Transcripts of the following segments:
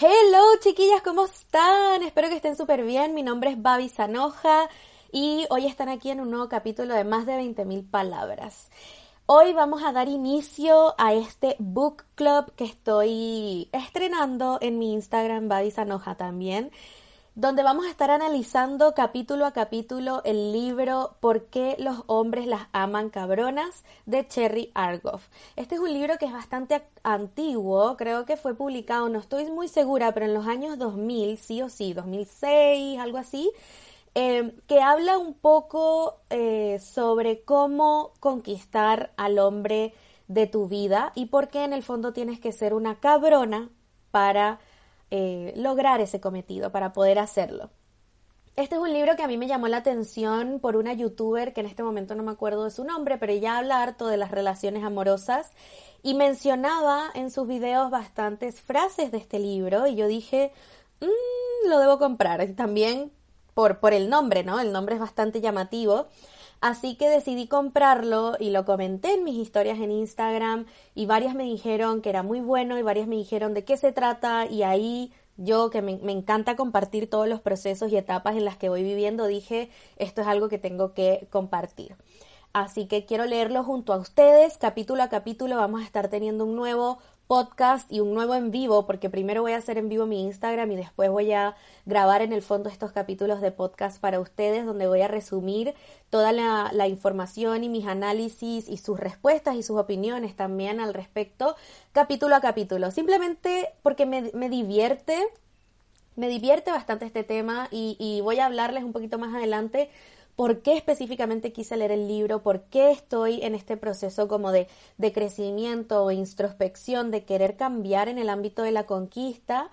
Hello chiquillas, ¿cómo están? Espero que estén súper bien. Mi nombre es Babi Zanoja y hoy están aquí en un nuevo capítulo de más de 20.000 palabras. Hoy vamos a dar inicio a este book club que estoy estrenando en mi Instagram, Babi Zanoja también, donde vamos a estar analizando capítulo a capítulo el libro ¿Por qué los hombres las aman cabronas? De Cherry Argoff. Este es un libro que es bastante antiguo, creo que fue publicado, no estoy muy segura, pero en los años 2000, sí o sí, 2006, algo así, que habla un poco sobre cómo conquistar al hombre de tu vida y por qué en el fondo tienes que ser una cabrona para lograr ese cometido, para poder hacerlo. Este es un libro que a mí me llamó la atención por una youtuber que en este momento no me acuerdo de su nombre, pero ella habla harto de las relaciones amorosas y mencionaba en sus videos bastantes frases de este libro y yo dije, lo debo comprar. También por el nombre, ¿no? El nombre es bastante llamativo. Así que decidí comprarlo y lo comenté en mis historias en Instagram y varias me dijeron que era muy bueno y varias me dijeron de qué se trata y ahí yo que me encanta compartir todos los procesos y etapas en las que voy viviendo, dije esto es algo que tengo que compartir. Así que quiero leerlo junto a ustedes, capítulo a capítulo vamos a estar teniendo un nuevo podcast y un nuevo en vivo, porque primero voy a hacer en vivo mi Instagram y después voy a grabar en el fondo estos capítulos de podcast para ustedes, donde voy a resumir toda la información y mis análisis y sus respuestas y sus opiniones también al respecto, capítulo a capítulo, simplemente porque me divierte bastante este tema y voy a hablarles un poquito más adelante por qué específicamente quise leer el libro, por qué estoy en este proceso como de crecimiento o introspección, de querer cambiar en el ámbito de la conquista,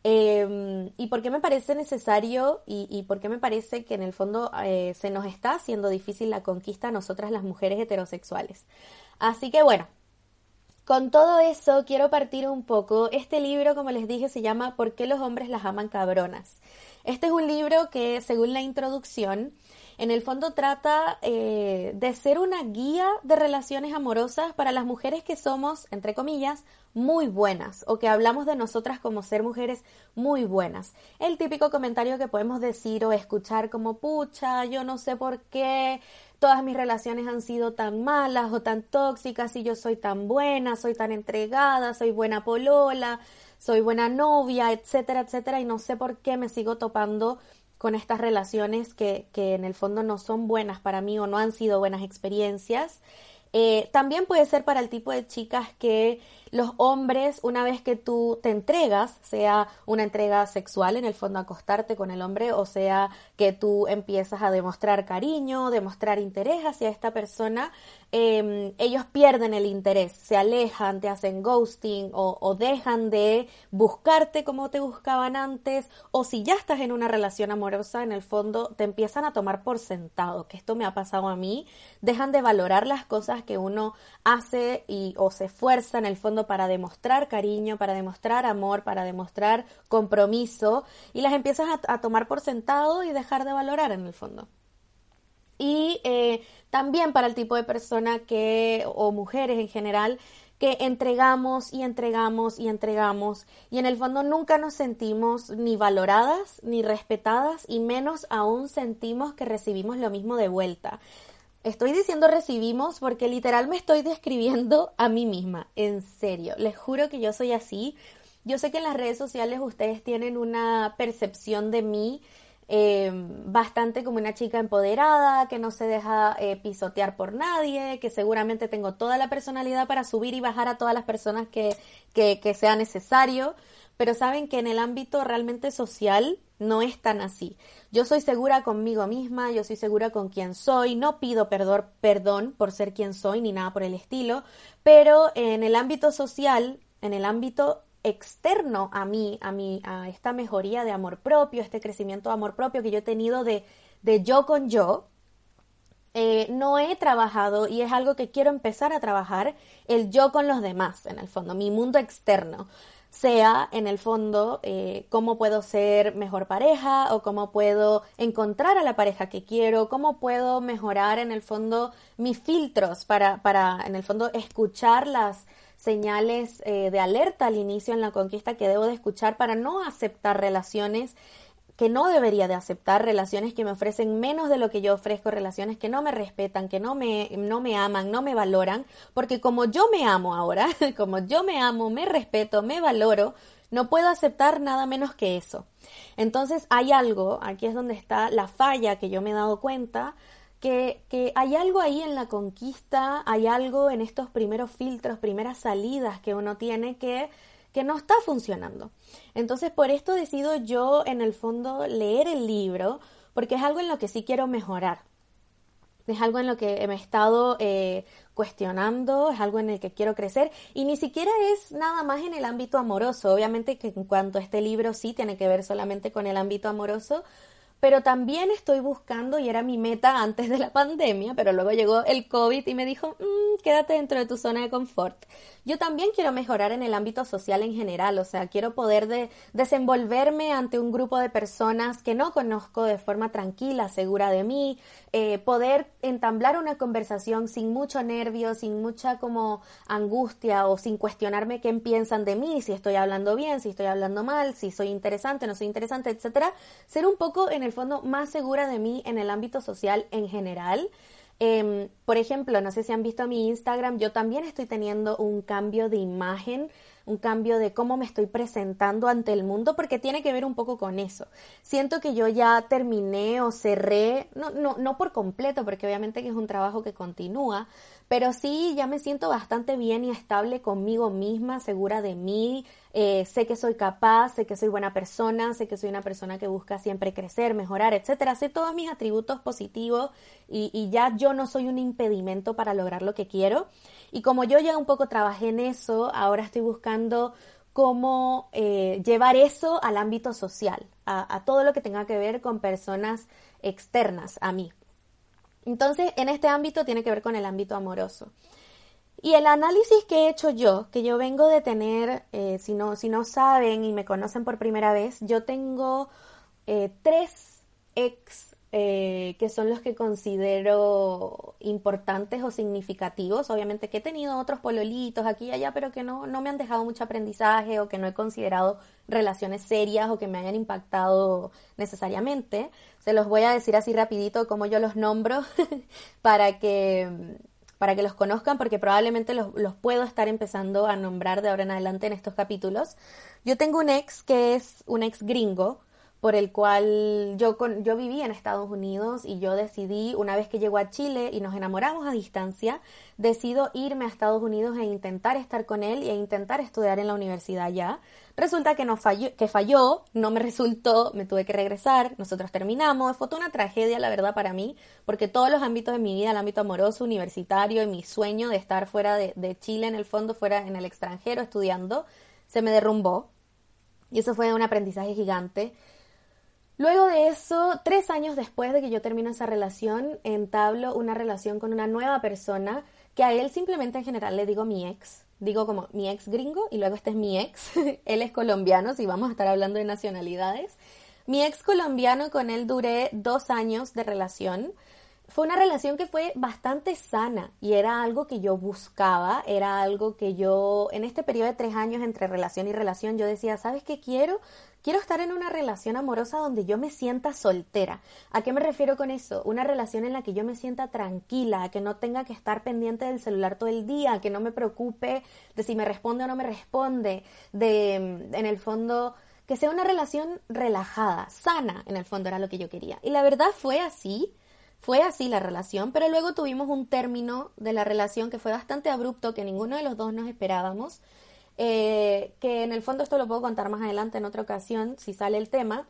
y por qué me parece necesario y por qué me parece que en el fondo se nos está haciendo difícil la conquista a nosotras las mujeres heterosexuales. Así que bueno, con todo eso quiero partir un poco. Este libro, como les dije, se llama ¿Por qué los hombres las aman cabronas? Este es un libro que, según la introducción, en el fondo trata de ser una guía de relaciones amorosas para las mujeres que somos, entre comillas, muy buenas o que hablamos de nosotras como ser mujeres muy buenas. El típico comentario que podemos decir o escuchar como pucha, yo no sé por qué todas mis relaciones han sido tan malas o tan tóxicas y yo soy tan buena, soy tan entregada, soy buena polola, soy buena novia, etcétera, etcétera, y no sé por qué me sigo topando con estas relaciones que en el fondo no son buenas para mí o no han sido buenas experiencias. También puede ser para el tipo de chicas que los hombres, una vez que tú te entregas, sea una entrega sexual, en el fondo acostarte con el hombre, o sea que tú empiezas a demostrar cariño, demostrar interés hacia esta persona, ellos pierden el interés, se alejan, te hacen ghosting o dejan de buscarte como te buscaban antes, o si ya estás en una relación amorosa, en el fondo te empiezan a tomar por sentado, que esto me ha pasado a mí, dejan de valorar las cosas que uno hace o se esfuerza en el fondo para demostrar cariño, para demostrar amor, para demostrar compromiso y las empiezas a tomar por sentado y dejar de valorar en el fondo. Y también para el tipo de persona o mujeres en general, que entregamos y entregamos y entregamos y en el fondo nunca nos sentimos ni valoradas ni respetadas y menos aún sentimos que recibimos lo mismo de vuelta. Estoy diciendo recibimos porque literal me estoy describiendo a mí misma, en serio, les juro que yo soy así. Yo sé que en las redes sociales ustedes tienen una percepción de mí bastante como una chica empoderada, que no se deja pisotear por nadie, que seguramente tengo toda la personalidad para subir y bajar a todas las personas que sea necesario, pero saben que en el ámbito realmente social no es tan así. Yo soy segura conmigo misma, yo soy segura con quien soy, no pido perdón por ser quien soy ni nada por el estilo, pero en el ámbito social, en el ámbito externo a esta mejoría de amor propio, este crecimiento de amor propio que yo he tenido de yo con yo, no he trabajado y es algo que quiero empezar a trabajar, el yo con los demás, en el fondo, mi mundo externo, sea en el fondo cómo puedo ser mejor pareja o cómo puedo encontrar a la pareja que quiero, cómo puedo mejorar en el fondo mis filtros para en el fondo escuchar las señales de alerta al inicio en la conquista que debo de escuchar para no aceptar relaciones que no debería de aceptar, relaciones que me ofrecen menos de lo que yo ofrezco, relaciones que no me respetan, que no me aman, no me valoran, porque como yo me amo ahora, como yo me amo, me respeto, me valoro, no puedo aceptar nada menos que eso. Entonces hay algo, aquí es donde está la falla que yo me he dado cuenta, que hay algo ahí en la conquista, hay algo en estos primeros filtros, primeras salidas que uno tiene que no está funcionando. Entonces, por esto decido yo, en el fondo, leer el libro, porque es algo en lo que sí quiero mejorar. Es algo en lo que me he estado cuestionando, es algo en el que quiero crecer, y ni siquiera es nada más en el ámbito amoroso. Obviamente que en cuanto a este libro sí tiene que ver solamente con el ámbito amoroso, pero también estoy buscando, y era mi meta antes de la pandemia, pero luego llegó el COVID y me dijo, quédate dentro de tu zona de confort. Yo también quiero mejorar en el ámbito social en general, o sea, quiero poder desenvolverme ante un grupo de personas que no conozco de forma tranquila, segura de mí, poder entablar una conversación sin mucho nervio, sin mucha como angustia o sin cuestionarme qué piensan de mí, si estoy hablando bien, si estoy hablando mal, si soy interesante, no soy interesante, etcétera. Ser un poco en el fondo más segura de mí en el ámbito social en general. Por ejemplo, no sé si han visto mi Instagram, yo también estoy teniendo un cambio de imagen, un cambio de cómo me estoy presentando ante el mundo, porque tiene que ver un poco con eso. Siento que yo ya terminé o cerré, no por completo, porque obviamente que es un trabajo que continúa, pero sí ya me siento bastante bien y estable conmigo misma, segura de mí, sé que soy capaz, sé que soy buena persona, sé que soy una persona que busca siempre crecer, mejorar, etcétera. Sé todos mis atributos positivos y ya yo no soy un impedimento para lograr lo que quiero. Y como yo ya un poco trabajé en eso, ahora estoy buscando cómo llevar eso al ámbito social, a todo lo que tenga que ver con personas externas a mí. Entonces, en este ámbito tiene que ver con el ámbito amoroso. Y el análisis que he hecho yo, que yo vengo de tener, si no saben y me conocen por primera vez, yo tengo 3 ex que son los que considero importantes o significativos. Obviamente que he tenido otros pololitos aquí y allá, pero que no me han dejado mucho aprendizaje o que no he considerado relaciones serias o que me hayan impactado necesariamente. Se los voy a decir así rapidito como yo los nombro para que los conozcan, porque probablemente los puedo estar empezando a nombrar de ahora en adelante en estos capítulos. Yo tengo un ex que es un ex gringo, por el cual yo viví en Estados Unidos y yo decidí, una vez que llegó a Chile y nos enamoramos a distancia, decido irme a Estados Unidos e intentar estar con él e intentar estudiar en la universidad allá. Resulta que falló, no me resultó, me tuve que regresar, nosotros terminamos, fue toda una tragedia la verdad para mí, porque todos los ámbitos de mi vida, el ámbito amoroso, universitario y mi sueño de estar fuera de Chile en el fondo, fuera en el extranjero estudiando, se me derrumbó y eso fue un aprendizaje gigante. Luego de eso, 3 años después de que yo termino esa relación, entablo una relación con una nueva persona que a él simplemente en general le digo mi ex. Digo como mi ex gringo y luego este es mi ex. Él es colombiano, si vamos a estar hablando de nacionalidades. Mi ex colombiano, con él duré 2 años de relación. Fue una relación que fue bastante sana y era algo que yo buscaba, era algo que yo, en este periodo de 3 años entre relación y relación, yo decía, ¿sabes qué quiero? Quiero estar en una relación amorosa donde yo me sienta soltera. ¿A qué me refiero con eso? Una relación en la que yo me sienta tranquila, que no tenga que estar pendiente del celular todo el día, que no me preocupe de si me responde o no me responde, en el fondo, que sea una relación relajada, sana, en el fondo era lo que yo quería. Y la verdad fue así la relación, pero luego tuvimos un término de la relación que fue bastante abrupto, que ninguno de los dos nos esperábamos. Que en el fondo esto lo puedo contar más adelante en otra ocasión, si sale el tema.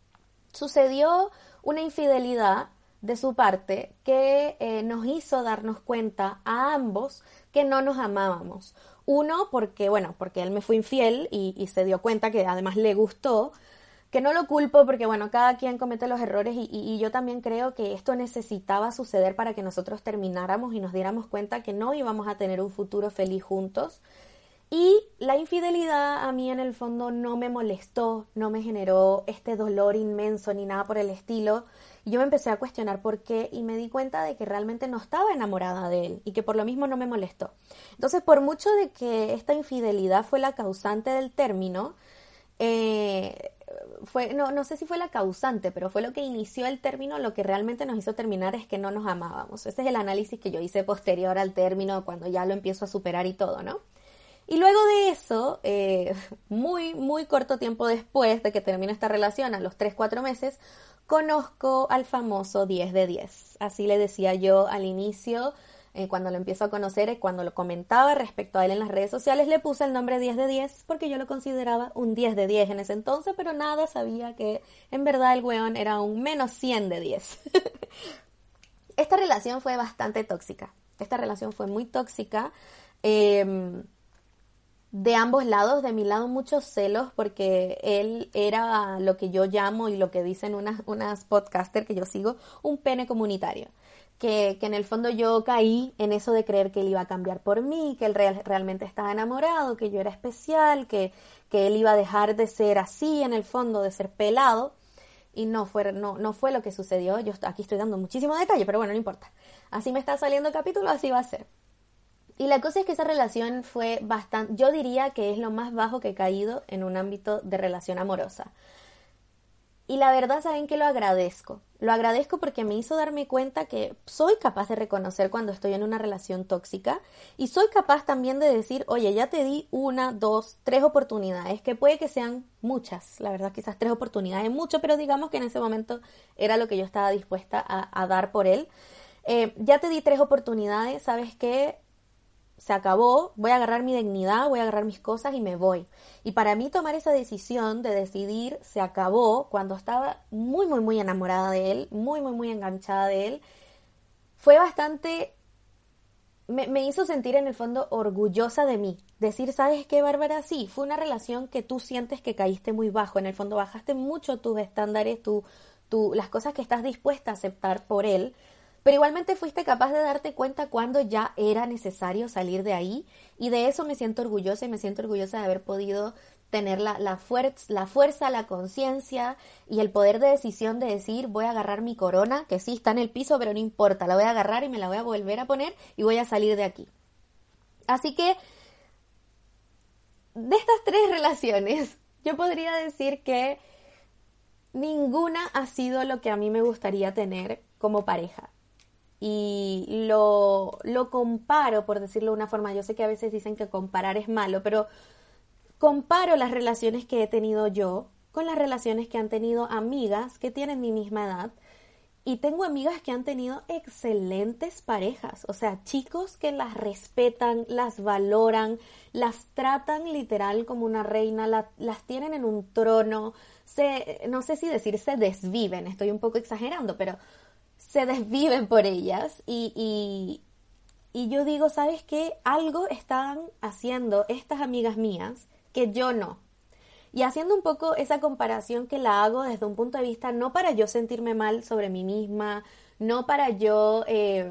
Sucedió una infidelidad de su parte que nos hizo darnos cuenta a ambos que no nos amábamos. Uno, porque él me fue infiel y se dio cuenta que además le gustó, que no lo culpo porque cada quien comete los errores y yo también creo que esto necesitaba suceder para que nosotros termináramos y nos diéramos cuenta que no íbamos a tener un futuro feliz juntos. Y la infidelidad a mí en el fondo no me molestó, no me generó este dolor inmenso ni nada por el estilo. Y yo me empecé a cuestionar por qué y me di cuenta de que realmente no estaba enamorada de él y que por lo mismo no me molestó. Entonces, por mucho de que esta infidelidad fue la causante del término, no sé si fue la causante, pero fue lo que inició el término, lo que realmente nos hizo terminar es que no nos amábamos. Ese es el análisis que yo hice posterior al término, cuando ya lo empiezo a superar y todo, ¿no? Y luego de eso, muy corto tiempo después de que termina esta relación, a los 3-4 meses, conozco al famoso 10 de 10. Así le decía yo al inicio, cuando lo empiezo a conocer, cuando lo comentaba respecto a él en las redes sociales, le puse el nombre 10 de 10 porque yo lo consideraba un 10 de 10 en ese entonces, pero nada sabía que en verdad el weón era un menos 100 de 10. Esta relación fue bastante tóxica. Esta relación fue muy tóxica. De ambos lados, de mi lado muchos celos porque él era lo que yo llamo y lo que dicen unas podcasters que yo sigo, un pene comunitario. Que en el fondo yo caí en eso de creer que él iba a cambiar por mí, que él realmente estaba enamorado, que yo era especial, que él iba a dejar de ser así en el fondo, de ser pelado. Y no fue lo que sucedió. Yo aquí estoy dando muchísimo detalle, pero bueno, no importa. Así me está saliendo el capítulo, así va a ser. Y la cosa es que esa relación fue bastante, yo diría que es lo más bajo que he caído en un ámbito de relación amorosa. Y la verdad, ¿saben qué? Lo agradezco. Lo agradezco porque me hizo darme cuenta que soy capaz de reconocer cuando estoy en una relación tóxica y soy capaz también de decir, oye, ya te di 1, 2, 3 oportunidades, que puede que sean muchas, la verdad quizás 3 oportunidades es mucho, pero digamos que en ese momento era lo que yo estaba dispuesta a dar por él. Ya te di 3 oportunidades, ¿sabes qué? Se acabó, voy a agarrar mi dignidad, voy a agarrar mis cosas y me voy. Y para mí tomar esa decisión de decidir se acabó cuando estaba muy enamorada de él, muy enganchada de él, fue bastante, me hizo sentir en el fondo orgullosa de mí. Decir, ¿sabes qué, Bárbara? Sí, fue una relación que tú sientes que caíste muy bajo, en el fondo bajaste mucho tus estándares, las cosas que estás dispuesta a aceptar por él. Pero igualmente fuiste capaz de darte cuenta cuando ya era necesario salir de ahí y de eso me siento orgullosa y me siento orgullosa de haber podido tener la fuerza, la conciencia y el poder de decisión de decir voy a agarrar mi corona, que sí está en el piso, pero no importa, la voy a agarrar y me la voy a volver a poner y voy a salir de aquí. Así que de estas 3 relaciones, yo podría decir que ninguna ha sido lo que a mí me gustaría tener como pareja. Y lo comparo, por decirlo de una forma, yo sé que a veces dicen que comparar es malo, pero comparo las relaciones que he tenido yo con las relaciones que han tenido amigas que tienen mi misma edad. Y tengo amigas que han tenido excelentes parejas, o sea, chicos que las respetan, las valoran, las tratan literal como una reina, las tienen en un trono, no sé si decir se desviven, estoy un poco exagerando, pero se desviven por ellas y yo digo, ¿sabes qué? Algo están haciendo estas amigas mías que yo no. Y haciendo un poco esa comparación que la hago desde un punto de vista, no para yo sentirme mal sobre mí misma, no para yo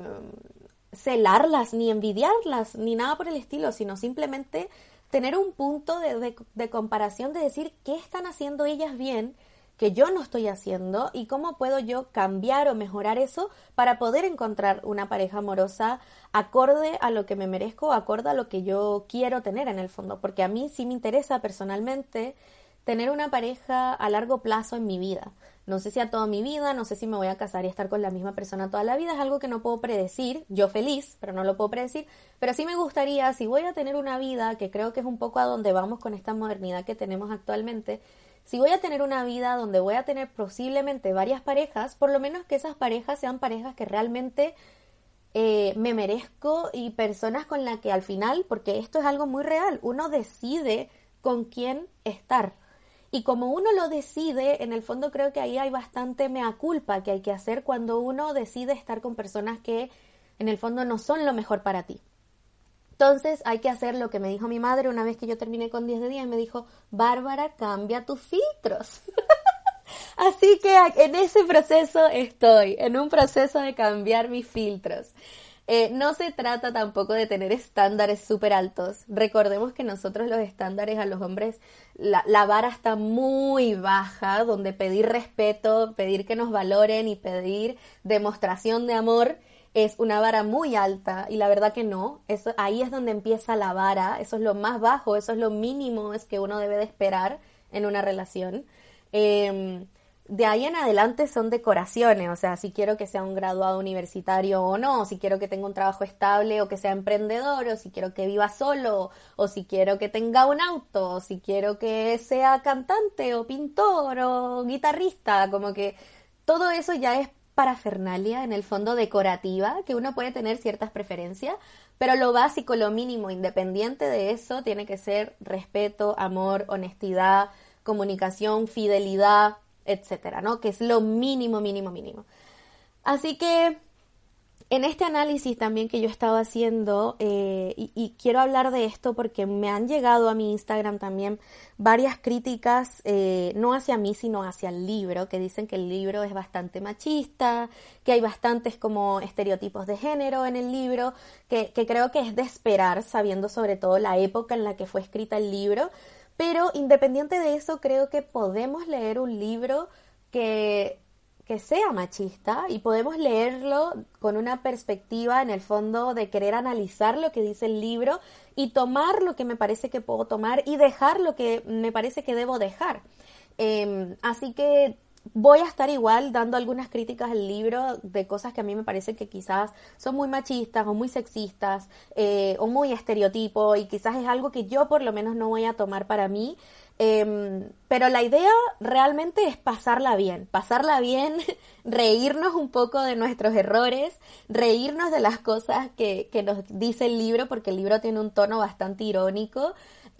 celarlas, ni envidiarlas, ni nada por el estilo, sino simplemente tener un punto de comparación de decir qué están haciendo ellas bien que yo no estoy haciendo y cómo puedo yo cambiar o mejorar eso para poder encontrar una pareja amorosa acorde a lo que me merezco, acorde a lo que yo quiero tener en el fondo, porque a mí sí me interesa personalmente tener una pareja a largo plazo en mi vida. No sé si a toda mi vida, no sé si me voy a casar y estar con la misma persona toda la vida, es algo que no puedo predecir, yo feliz, pero no lo puedo predecir, pero sí me gustaría, si voy a tener una vida, que creo que es un poco a donde vamos con esta modernidad que tenemos actualmente, si voy a tener una vida donde voy a tener posiblemente varias parejas, por lo menos que esas parejas sean parejas que realmente me merezco y personas con las que al final, porque esto es algo muy real, uno decide con quién estar. Y como uno lo decide, en el fondo creo que ahí hay bastante mea culpa que hay que hacer cuando uno decide estar con personas que en el fondo no son lo mejor para ti. Entonces hay que hacer lo que me dijo mi madre una vez que yo terminé con 10 de 10, me dijo, Bárbara, cambia tus filtros. Así que en ese proceso estoy, en un proceso de cambiar mis filtros. No se trata tampoco de tener estándares súper altos. Recordemos que nosotros los estándares a los hombres, la vara está muy baja, donde pedir respeto, pedir que nos valoren y pedir demostración de amor es una vara muy alta, y la verdad que no. Eso, ahí es donde empieza la vara, eso es lo más bajo, eso es lo mínimo es que uno debe de esperar en una relación. De ahí en adelante son decoraciones, o sea, si quiero que sea un graduado universitario o no, si quiero que tenga un trabajo estable o que sea emprendedor, o si quiero que viva solo, o si quiero que tenga un auto, o si quiero que sea cantante o pintor o guitarrista, como que todo eso ya es parafernalia, en el fondo decorativa, que uno puede tener ciertas preferencias, pero lo básico, lo mínimo, independiente de eso, tiene que ser respeto, amor, honestidad, comunicación, fidelidad, etcétera, ¿no? Que es lo mínimo, mínimo, mínimo. Así que en este análisis también que yo estaba haciendo, y quiero hablar de esto porque me han llegado a mi Instagram también varias críticas, no hacia mí, sino hacia el libro, que dicen que el libro es bastante machista, que hay bastantes como estereotipos de género en el libro, que creo que es de esperar, sabiendo sobre todo la época en la que fue escrita el libro. Pero independiente de eso, creo que podemos leer un libro que sea machista, y podemos leerlo con una perspectiva en el fondo de querer analizar lo que dice el libro y tomar lo que me parece que puedo tomar y dejar lo que me parece que debo dejar. Así que voy a estar igual dando algunas críticas al libro de cosas que a mí me parece que quizás son muy machistas o muy sexistas, o muy estereotipo, y quizás es algo que yo por lo menos no voy a tomar para mí. Pero la idea realmente es pasarla bien, reírnos un poco de nuestros errores, reírnos de las cosas que nos dice el libro, porque el libro tiene un tono bastante irónico.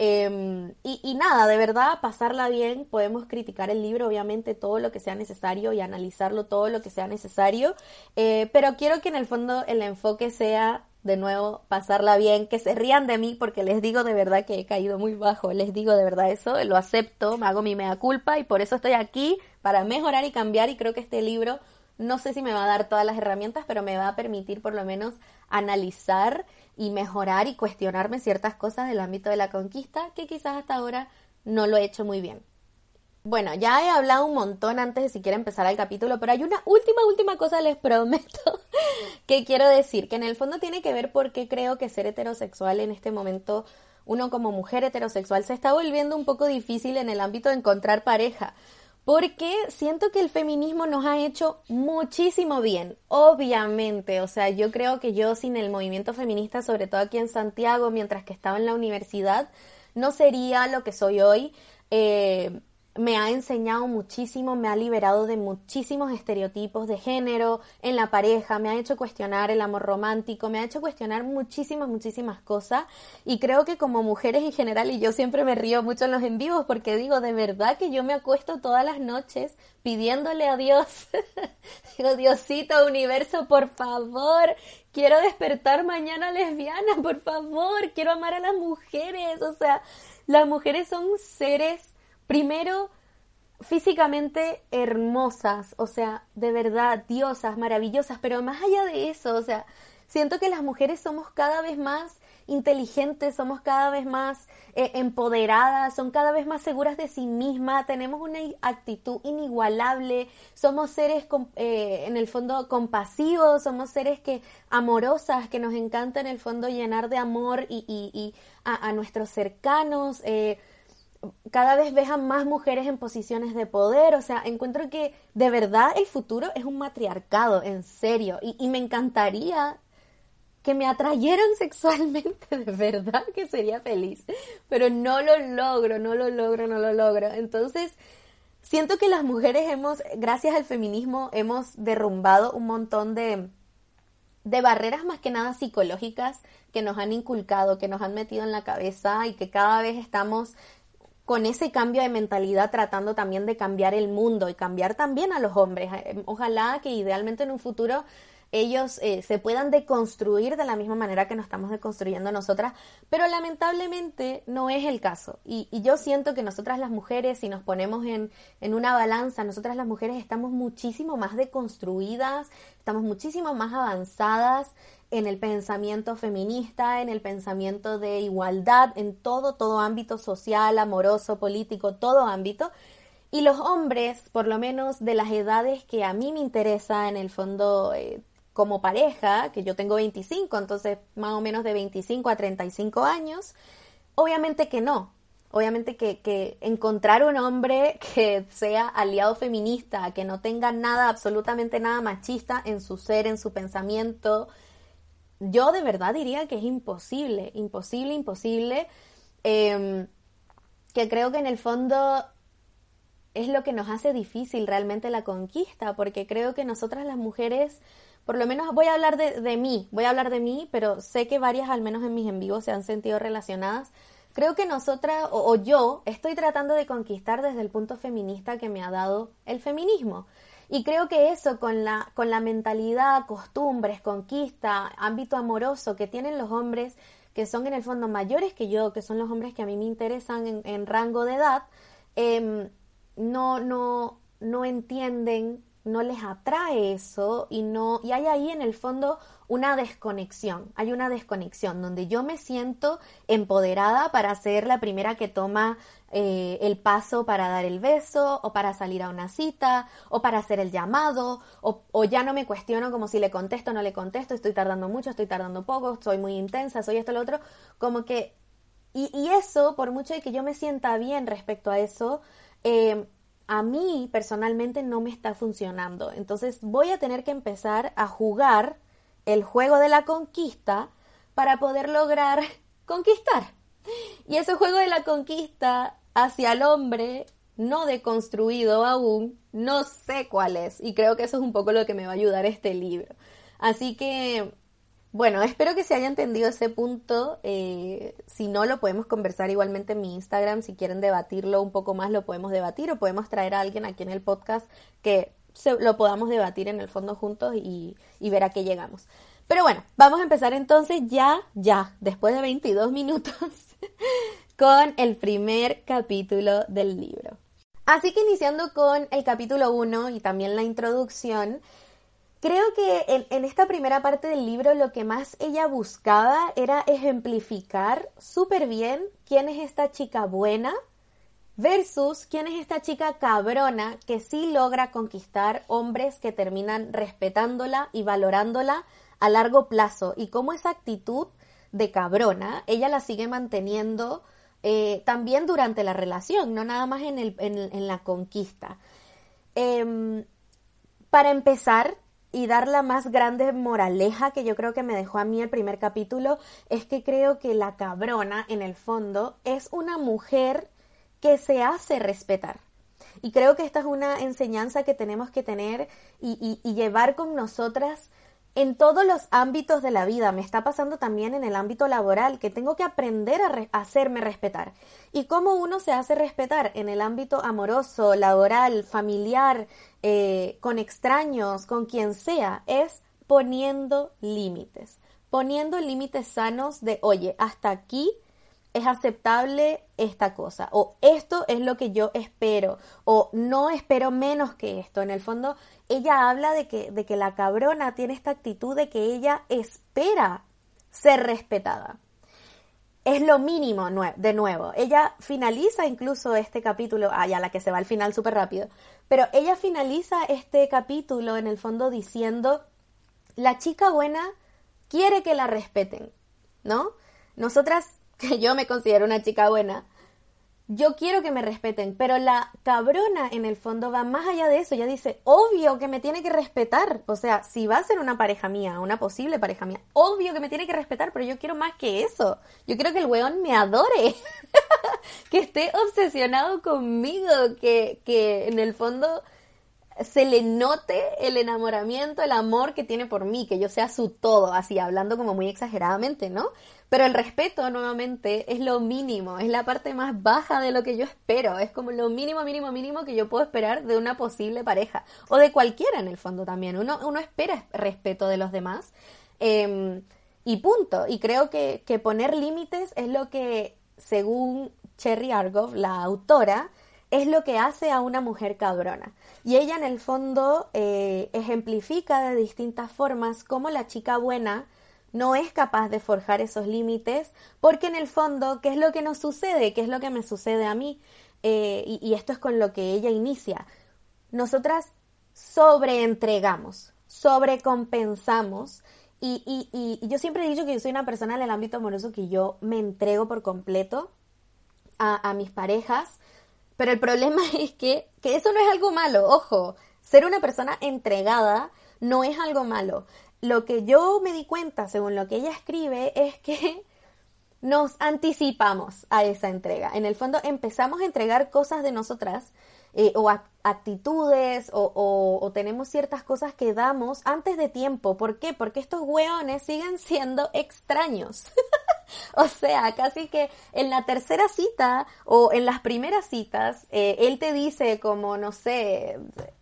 Y nada, de verdad, pasarla bien. Podemos criticar el libro, obviamente, todo lo que sea necesario, y analizarlo todo lo que sea necesario, pero quiero que en el fondo el enfoque sea, de nuevo, pasarla bien, que se rían de mí, porque les digo de verdad que he caído muy bajo, les digo de verdad eso, lo acepto, me hago mi mea culpa, y por eso estoy aquí, para mejorar y cambiar. Y creo que este libro, no sé si me va a dar todas las herramientas, pero me va a permitir por lo menos analizar y mejorar y cuestionarme ciertas cosas del ámbito de la conquista, que quizás hasta ahora no lo he hecho muy bien. Bueno, ya he hablado un montón antes de siquiera empezar el capítulo, pero hay una última cosa, les prometo, que quiero decir, que en el fondo tiene que ver por qué creo que ser heterosexual en este momento, uno como mujer heterosexual, se está volviendo un poco difícil en el ámbito de encontrar pareja. Porque siento que el feminismo nos ha hecho muchísimo bien, obviamente. O sea, yo creo que yo sin el movimiento feminista, sobre todo aquí en Santiago, mientras que estaba en la universidad, no sería lo que soy hoy. Me ha enseñado muchísimo, me ha liberado de muchísimos estereotipos de género en la pareja, me ha hecho cuestionar el amor romántico, me ha hecho cuestionar muchísimas cosas, y creo que como mujeres en general, y yo siempre me río mucho en los en vivos porque digo, de verdad que yo me acuesto todas las noches pidiéndole a Dios, digo, Diosito, universo, por favor, quiero despertar mañana lesbiana, por favor, quiero amar a las mujeres. O sea, las mujeres son seres, primero, físicamente hermosas, o sea, de verdad, diosas, maravillosas, pero más allá de eso, o sea, siento que las mujeres somos cada vez más inteligentes, somos cada vez más empoderadas, son cada vez más seguras de sí mismas, tenemos una actitud inigualable, somos seres en el fondo compasivos, somos seres amorosas, que nos encanta en el fondo llenar de amor y a nuestros cercanos. Cada vez ves a más mujeres en posiciones de poder. O sea, encuentro que de verdad el futuro es un matriarcado, en serio, y me encantaría que me atrayeran sexualmente, de verdad que sería feliz, pero no lo logro. Entonces, siento que las mujeres gracias al feminismo, hemos derrumbado un montón de barreras, más que nada psicológicas, que nos han inculcado, que nos han metido en la cabeza, y que cada vez estamos con ese cambio de mentalidad tratando también de cambiar el mundo y cambiar también a los hombres. Ojalá que idealmente en un futuro ellos se puedan deconstruir de la misma manera que nos estamos deconstruyendo nosotras, pero lamentablemente no es el caso. Y yo siento que nosotras las mujeres, si nos ponemos en una balanza, nosotras las mujeres estamos muchísimo más deconstruidas, estamos muchísimo más avanzadas en el pensamiento feminista, en el pensamiento de igualdad, en todo ámbito social, amoroso, político, todo ámbito. Y los hombres, por lo menos de las edades que a mí me interesa en el fondo como pareja, que yo tengo 25, entonces más o menos de 25 a 35 años, obviamente que no. Obviamente que encontrar un hombre que sea aliado feminista, que no tenga nada, absolutamente nada machista en su ser, en su pensamiento, yo de verdad diría que es imposible, que creo que en el fondo es lo que nos hace difícil realmente la conquista, porque creo que nosotras las mujeres, por lo menos voy a hablar de mí, pero sé que varias, al menos en mis en vivos, se han sentido relacionadas. Creo que nosotras, o yo, estoy tratando de conquistar desde el punto feminista que me ha dado el feminismo. Y creo que eso, con la mentalidad, costumbres, conquista, ámbito amoroso que tienen los hombres, que son en el fondo mayores que yo, que son los hombres que a mí me interesan en rango de edad, no entienden, no les atrae eso y hay ahí en el fondo hay una desconexión donde yo me siento empoderada para ser la primera que toma el paso para dar el beso o para salir a una cita o para hacer el llamado o ya no me cuestiono como si le contesto o no le contesto, estoy tardando mucho, estoy tardando poco, soy muy intensa, soy esto, lo otro, como que y eso, por mucho de que yo me sienta bien respecto a eso, a mí personalmente no me está funcionando. Entonces voy a tener que empezar a jugar el juego de la conquista para poder lograr conquistar. Y ese juego de la conquista hacia el hombre no deconstruido aún, no sé cuál es. Y creo que eso es un poco lo que me va a ayudar este libro. Así que, bueno, espero que se haya entendido ese punto. Si no, lo podemos conversar igualmente en mi Instagram. Si quieren debatirlo un poco más, lo podemos debatir o podemos traer a alguien aquí en el podcast que lo podamos debatir en el fondo juntos y ver a qué llegamos. Pero bueno, vamos a empezar entonces ya, después de 22 minutos, con el primer capítulo del libro. Así que iniciando con el capítulo 1 y también la introducción, creo que en esta primera parte del libro lo que más ella buscaba era ejemplificar súper bien quién es esta chica buena versus quién es esta chica cabrona que sí logra conquistar hombres que terminan respetándola y valorándola a largo plazo y cómo esa actitud de cabrona ella la sigue manteniendo también durante la relación, no nada más en la conquista. Para empezar y dar la más grande moraleja que yo creo que me dejó a mí el primer capítulo, es que creo que la cabrona en el fondo es una mujer que se hace respetar. Y creo que esta es una enseñanza que tenemos que tener y llevar con nosotras en todos los ámbitos de la vida. Me está pasando también en el ámbito laboral, que tengo que aprender a hacerme respetar. ¿Y cómo uno se hace respetar? En el ámbito amoroso, laboral, familiar, con extraños, con quien sea, es poniendo límites sanos de, oye, hasta aquí es aceptable esta cosa, o esto es lo que yo espero, o no espero menos que esto. En el fondo, ella habla de que la cabrona tiene esta actitud de que ella espera ser respetada. Es lo mínimo, de nuevo. Ella finaliza incluso este capítulo, ya la que se va al final súper rápido, pero ella finaliza este capítulo en el fondo diciendo, la chica buena quiere que la respeten, ¿no? Nosotras, que yo me considero una chica buena, yo quiero que me respeten, pero la cabrona en el fondo va más allá de eso. Ella dice, obvio que me tiene que respetar. O sea, si va a ser una pareja mía, una posible pareja mía, obvio que me tiene que respetar, pero yo quiero más que eso. Yo quiero que el weón me adore, que esté obsesionado conmigo, que en el fondo se le note el enamoramiento, el amor que tiene por mí, que yo sea su todo, así hablando como muy exageradamente, ¿no? Pero el respeto, nuevamente, es lo mínimo, es la parte más baja de lo que yo espero, es como lo mínimo, mínimo, mínimo que yo puedo esperar de una posible pareja, o de cualquiera en el fondo también. Uno espera respeto de los demás, y punto. Y creo que poner límites es lo que, según Cherry Argov, la autora, es lo que hace a una mujer cabrona. Y ella en el fondo ejemplifica de distintas formas cómo la chica buena no es capaz de forjar esos límites, porque en el fondo, ¿qué es lo que nos sucede? ¿Qué es lo que me sucede a mí? Y esto es con lo que ella inicia. Nosotras sobreentregamos, sobrecompensamos, y yo siempre he dicho que yo soy una persona en el ámbito amoroso que yo me entrego por completo a mis parejas, pero el problema es que eso no es algo malo, ojo, ser una persona entregada no es algo malo. Lo que yo me di cuenta, según lo que ella escribe, es que nos anticipamos a esa entrega. En el fondo empezamos a entregar cosas de nosotras, o actitudes, o tenemos ciertas cosas que damos antes de tiempo. ¿Por qué? Porque estos hueones siguen siendo extraños. O sea, casi que en la tercera cita o en las primeras citas, él te dice como, no sé,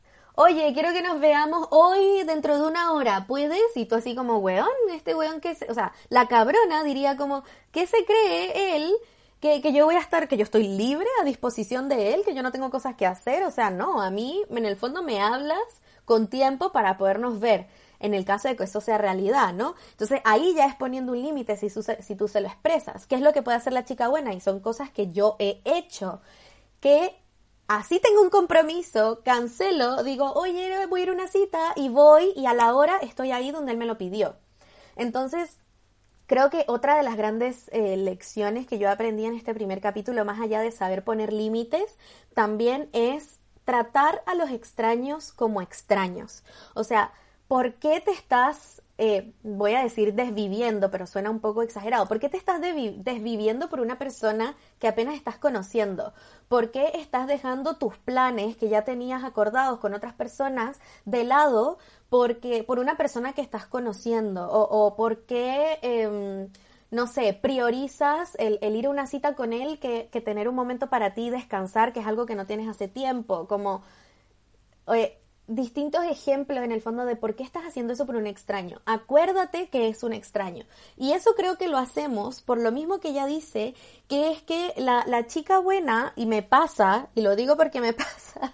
oye, quiero que nos veamos hoy dentro de una hora, ¿puedes? Y tú así como, weón, este weón o sea, la cabrona diría como, ¿qué se cree él? Que yo voy a estar, que yo estoy libre a disposición de él, que yo no tengo cosas que hacer. O sea, no, a mí en el fondo me hablas con tiempo para podernos ver, en el caso de que eso sea realidad, ¿no? Entonces ahí ya es poniendo un límite si tú se lo expresas. ¿Qué es lo que puede hacer la chica buena? Y son cosas que yo he hecho, que así tengo un compromiso, cancelo, digo, oye, voy a ir a una cita, y voy, y a la hora estoy ahí donde él me lo pidió. Entonces, creo que otra de las grandes lecciones que yo aprendí en este primer capítulo, más allá de saber poner límites, también es tratar a los extraños como extraños. O sea, ¿por qué te estás, voy a decir desviviendo, pero suena un poco exagerado, ¿por qué te estás desviviendo por una persona que apenas estás conociendo? ¿Por qué estás dejando tus planes que ya tenías acordados con otras personas de lado por una persona que estás conociendo? O por qué, no sé, priorizas el ir a una cita con él que tener un momento para ti, descansar, que es algo que no tienes hace tiempo? Como, oye, distintos ejemplos en el fondo de por qué estás haciendo eso por un extraño. Acuérdate que es un extraño. Y eso creo que lo hacemos por lo mismo que ella dice, que es que la chica buena, y me pasa, y lo digo porque me pasa,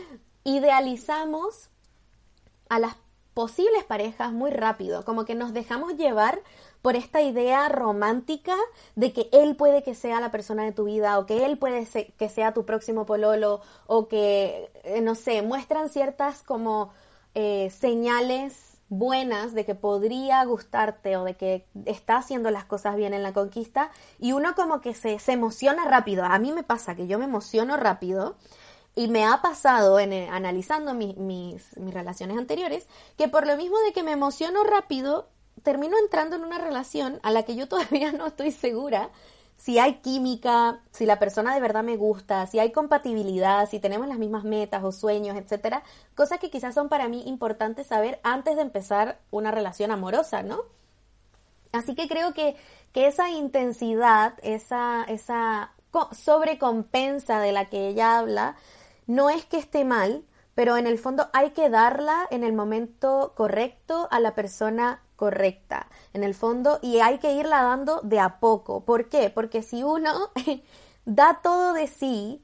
idealizamos a las posibles parejas muy rápido, como que nos dejamos llevar por esta idea romántica de que él puede que sea la persona de tu vida, o que él puede que sea tu próximo pololo, o que, no sé, muestran ciertas como señales buenas de que podría gustarte o de que está haciendo las cosas bien en la conquista, y uno como que se emociona rápido. A mí me pasa que yo me emociono rápido. Y me ha pasado, analizando mis relaciones anteriores, que por lo mismo de que me emociono rápido, termino entrando en una relación a la que yo todavía no estoy segura si hay química, si la persona de verdad me gusta, si hay compatibilidad, si tenemos las mismas metas o sueños, etcétera. Cosas que quizás son para mí importantes saber antes de empezar una relación amorosa, ¿no? Así que creo que esa intensidad, esa sobrecompensa de la que ella habla, no es que esté mal, pero en el fondo hay que darla en el momento correcto a la persona correcta, en el fondo, y hay que irla dando de a poco. ¿Por qué? Porque si uno da todo de sí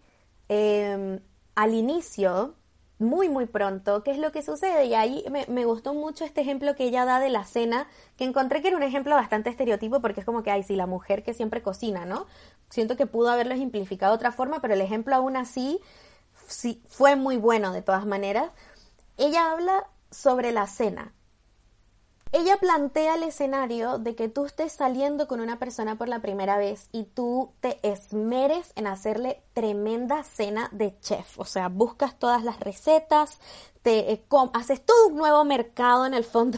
al inicio, muy muy pronto, ¿qué es lo que sucede? Y ahí me gustó mucho este ejemplo que ella da de la cena, que encontré que era un ejemplo bastante estereotipo, porque es como que, ay, sí, la mujer que siempre cocina, ¿no? Siento que pudo haberlo ejemplificado de otra forma, pero el ejemplo aún así sí, fue muy bueno de todas maneras. Ella habla sobre la cena. Ella plantea el escenario de que tú estés saliendo con una persona por la primera vez y tú te esmeres en hacerle tremenda cena de chef. O sea, buscas todas las recetas, haces todo un nuevo mercado en el fondo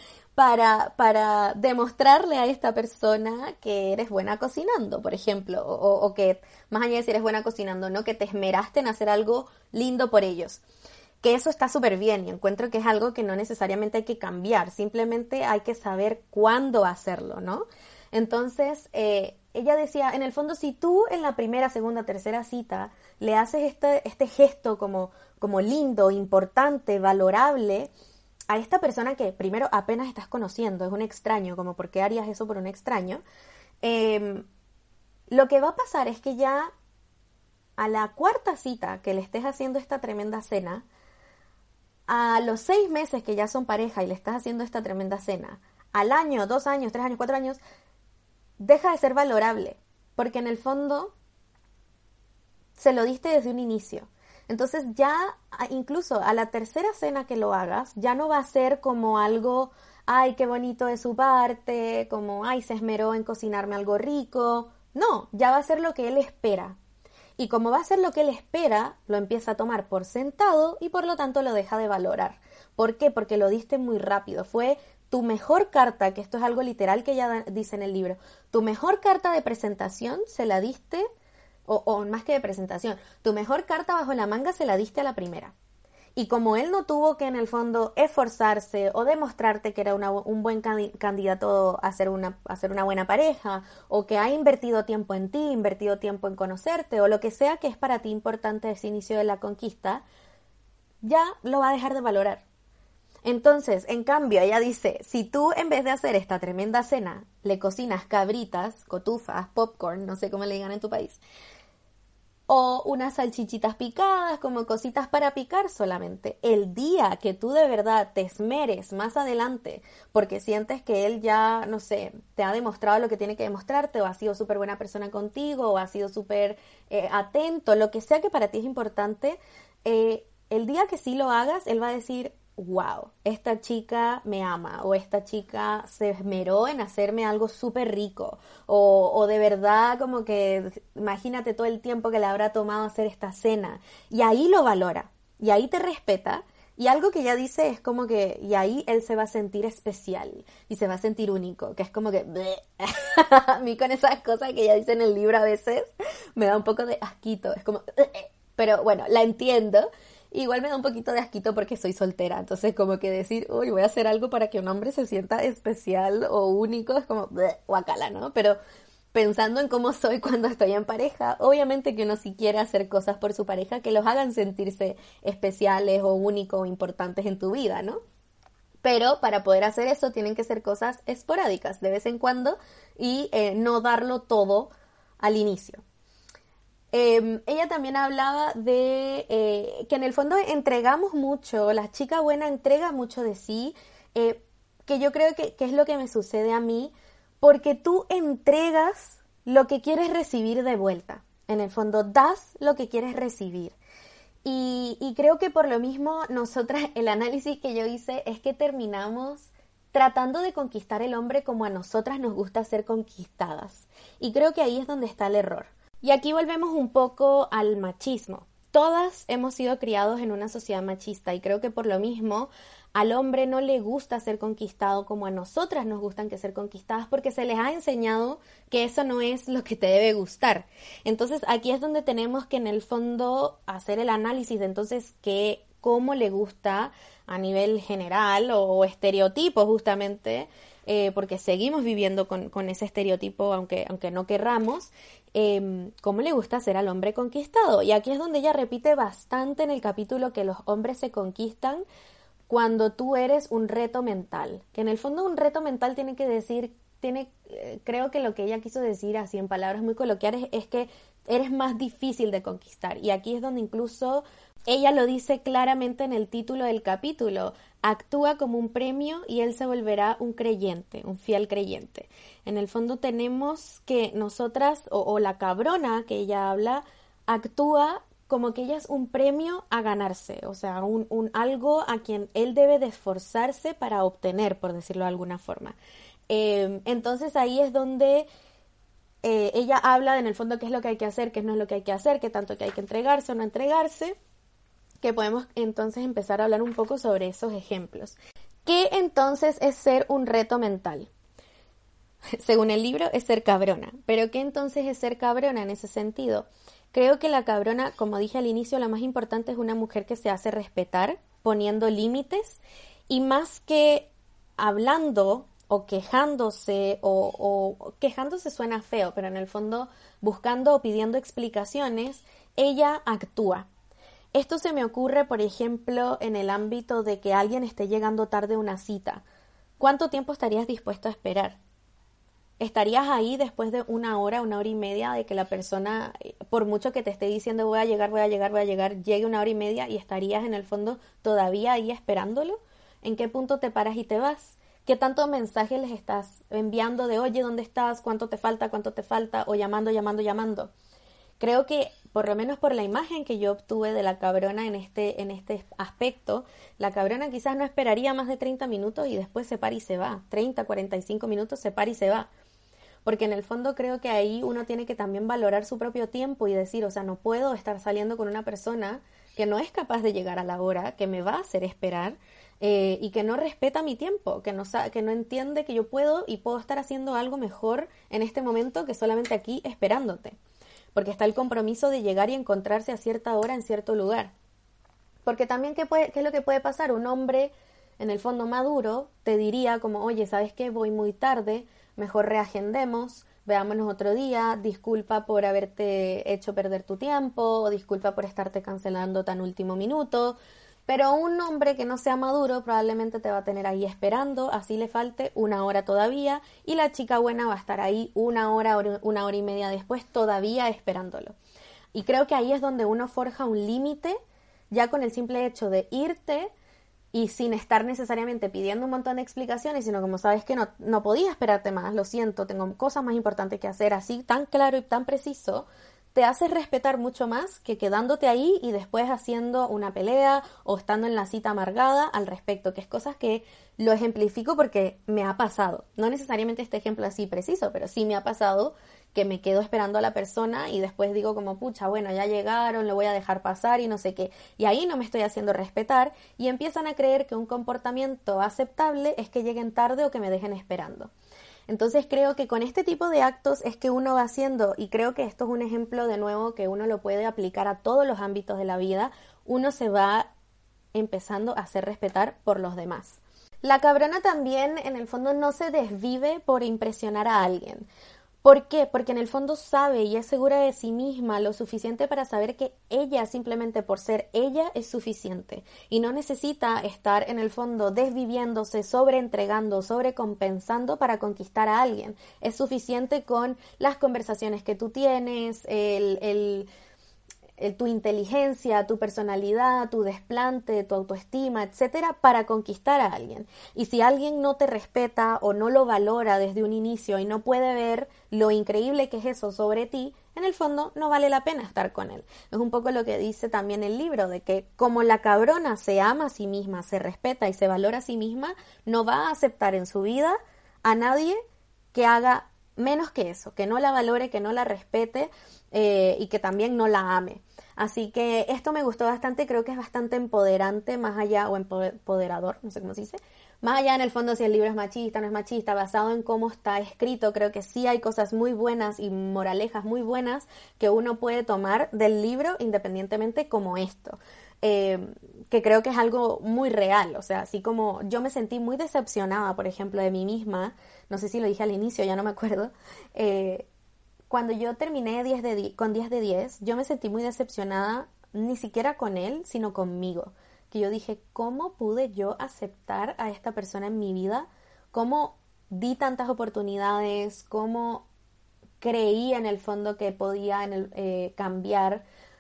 para demostrarle a esta persona que eres buena cocinando, por ejemplo, o que, más allá de si eres buena cocinando, ¿no? Que te esmeraste en hacer algo lindo por ellos. Que eso está súper bien, y encuentro que es algo que no necesariamente hay que cambiar, simplemente hay que saber cuándo hacerlo, ¿no? Entonces, ella decía, en el fondo, si tú en la primera, segunda, tercera cita le haces este gesto como lindo, importante, valorable a esta persona que primero apenas estás conociendo, es un extraño, como ¿por qué harías eso por un extraño? Lo que va a pasar es que ya a la cuarta cita que le estés haciendo esta tremenda cena, a los 6 meses que ya son pareja y le estás haciendo esta tremenda cena, al año, 2 años, 3 años, 4 años, deja de ser valorable, porque en el fondo se lo diste desde un inicio. Entonces ya, incluso a la tercera cena que lo hagas, ya no va a ser como algo, ay, qué bonito de su parte, como, ay, se esmeró en cocinarme algo rico. No, ya va a ser lo que él espera. Y como va a ser lo que él espera, lo empieza a tomar por sentado y por lo tanto lo deja de valorar. ¿Por qué? Porque lo diste muy rápido. Fue tu mejor carta, que esto es algo literal que ella dice en el libro, tu mejor carta de presentación se la diste, o más que de presentación, tu mejor carta bajo la manga se la diste a la primera. Y como él no tuvo que en el fondo esforzarse o demostrarte que era un buen candidato a ser una buena pareja, o que ha invertido tiempo en ti, invertido tiempo en conocerte, o lo que sea que es para ti importante ese inicio de la conquista, ya lo va a dejar de valorar. Entonces, en cambio, ella dice, si tú en vez de hacer esta tremenda cena, le cocinas cabritas, cotufas, popcorn, no sé cómo le digan en tu país, o unas salchichitas picadas, como cositas para picar solamente. El día que tú de verdad te esmeres más adelante, porque sientes que él ya, no sé, te ha demostrado lo que tiene que demostrarte, o ha sido súper buena persona contigo, o ha sido súper atento, lo que sea que para ti es importante, el día que sí lo hagas, él va a decir, wow, esta chica me ama, o esta chica se esmeró en hacerme algo súper rico, o de verdad como que imagínate todo el tiempo que le habrá tomado hacer esta cena, y ahí lo valora, y ahí te respeta, y algo que ella dice es como que, y ahí él se va a sentir especial, y se va a sentir único, que es como que, a mí con esas cosas que ella dice en el libro a veces, me da un poco de asquito, es como, pero bueno, la entiendo. Igual me da un poquito de asquito porque soy soltera, entonces como que decir, uy, voy a hacer algo para que un hombre se sienta especial o único, es como, guacala, ¿no? Pero pensando en cómo soy cuando estoy en pareja, obviamente que uno sí quiere hacer cosas por su pareja que los hagan sentirse especiales o únicos o importantes en tu vida, ¿no? Pero para poder hacer eso tienen que ser cosas esporádicas, de vez en cuando, y no darlo todo al inicio. Ella también hablaba de que en el fondo entregamos mucho, la chica buena entrega mucho de sí, que yo creo que es lo que me sucede a mí, porque tú entregas lo que quieres recibir de vuelta. En el fondo das lo que quieres recibir. Y creo que por lo mismo nosotras, el análisis que yo hice es que terminamos tratando de conquistar el hombre como a nosotras nos gusta ser conquistadas. Y creo que ahí es donde está el error. Y aquí volvemos un poco al machismo. Todas hemos sido criados en una sociedad machista y creo que por lo mismo al hombre no le gusta ser conquistado como a nosotras nos gustan que ser conquistadas porque se les ha enseñado que eso no es lo que te debe gustar. Entonces aquí es donde tenemos que en el fondo hacer el análisis de entonces cómo le gusta a nivel general o estereotipo justamente, porque seguimos viviendo con ese estereotipo aunque no querramos, cómo le gusta ser al hombre conquistado. Y aquí es donde ella repite bastante en el capítulo que los hombres se conquistan cuando tú eres un reto mental, que en el fondo un reto mental tiene que decir, creo que lo que ella quiso decir así en palabras muy coloquiales es que eres más difícil de conquistar. Y aquí es donde incluso ella lo dice claramente en el título del capítulo, actúa como un premio y él se volverá un creyente, un fiel creyente. En el fondo tenemos que nosotras, o la cabrona que ella habla, actúa como que ella es un premio a ganarse, o sea, un algo a quien él debe de esforzarse para obtener, por decirlo de alguna forma. Entonces ahí es donde ella habla en el fondo qué es lo que hay que hacer, qué no es lo que hay que hacer, qué tanto que hay que entregarse o no entregarse, que podemos entonces empezar a hablar un poco sobre esos ejemplos. ¿Qué entonces es ser un reto mental? Según el libro es ser cabrona, pero ¿qué entonces es ser cabrona en ese sentido? Creo que la cabrona, como dije al inicio, lo más importante es una mujer que se hace respetar, poniendo límites, y más que hablando o quejándose, o quejándose suena feo, pero en el fondo buscando o pidiendo explicaciones, ella actúa. Esto se me ocurre, por ejemplo, en el ámbito de que alguien esté llegando tarde a una cita. ¿Cuánto tiempo estarías dispuesto a esperar? ¿Estarías ahí después de una hora y media de que la persona, por mucho que te esté diciendo voy a llegar, llegue una hora y media y estarías en el fondo todavía ahí esperándolo? ¿En qué punto te paras y te vas? ¿Qué tanto mensaje les estás enviando de oye, ¿dónde estás? ¿Cuánto te falta? O llamando. Creo que, por lo menos por la imagen que yo obtuve de la cabrona en este aspecto, la cabrona quizás no esperaría más de 30 minutos y después se para y se va. 30, 45 minutos se para y se va. Porque en el fondo creo que ahí uno tiene que también valorar su propio tiempo y decir, o sea, no puedo estar saliendo con una persona que no es capaz de llegar a la hora, que me va a hacer esperar y que no respeta mi tiempo, que no entiende que yo puedo estar haciendo algo mejor en este momento que solamente aquí esperándote. Porque está el compromiso de llegar y encontrarse a cierta hora en cierto lugar. Porque también, ¿qué es lo que puede pasar? Un hombre, en el fondo maduro, te diría como, oye, ¿sabes qué? Voy muy tarde, mejor reagendemos, veámonos otro día, disculpa por haberte hecho perder tu tiempo, o disculpa por estarte cancelando tan último minuto. Pero un hombre que no sea maduro probablemente te va a tener ahí esperando, así le falte una hora todavía, y la chica buena va a estar ahí una hora y media después todavía esperándolo. Y creo que ahí es donde uno forja un límite, ya con el simple hecho de irte y sin estar necesariamente pidiendo un montón de explicaciones, sino como sabes que no podía esperarte más, lo siento, tengo cosas más importantes que hacer, así tan claro y tan preciso, te haces respetar mucho más que quedándote ahí y después haciendo una pelea o estando en la cita amargada al respecto, que es cosas que lo ejemplifico porque me ha pasado. No necesariamente este ejemplo así preciso, pero sí me ha pasado que me quedo esperando a la persona y después digo como, pucha, bueno, ya llegaron, lo voy a dejar pasar y no sé qué. Y ahí no me estoy haciendo respetar y empiezan a creer que un comportamiento aceptable es que lleguen tarde o que me dejen esperando. Entonces creo que con este tipo de actos es que uno va haciendo, y creo que esto es un ejemplo de nuevo que uno lo puede aplicar a todos los ámbitos de la vida, uno se va empezando a hacer respetar por los demás. La cabrona también en el fondo no se desvive por impresionar a alguien. ¿Por qué? Porque en el fondo sabe y es segura de sí misma lo suficiente para saber que ella, simplemente por ser ella, es suficiente. Y no necesita estar en el fondo desviviéndose, sobreentregando, sobrecompensando para conquistar a alguien. Es suficiente con las conversaciones que tú tienes, tu inteligencia, tu personalidad, tu desplante, tu autoestima, etcétera, para conquistar a alguien. Y si alguien no te respeta o no lo valora desde un inicio y no puede ver lo increíble que es eso sobre ti, en el fondo no vale la pena estar con él. Es un poco lo que dice también el libro, de que como la cabrona se ama a sí misma, se respeta y se valora a sí misma, no va a aceptar en su vida a nadie que haga menos que eso, que no la valore, que no la respete y que también no la ame. Así que esto me gustó bastante, creo que es bastante empoderante, más allá, o empoderador, no sé cómo se dice, más allá en el fondo si el libro es machista, no es machista, basado en cómo está escrito, creo que sí hay cosas muy buenas y moralejas muy buenas que uno puede tomar del libro independientemente como esto. Que creo que es algo muy real, o sea, así como yo me sentí muy decepcionada, por ejemplo, de mí misma, no sé si lo dije al inicio, ya no me acuerdo, cuando yo terminé con 10 de 10, yo me sentí muy decepcionada, ni siquiera con él, sino conmigo. Que yo dije, ¿cómo pude yo aceptar a esta persona en mi vida? ¿Cómo di tantas oportunidades? ¿Cómo creí en el fondo que podía cambiar?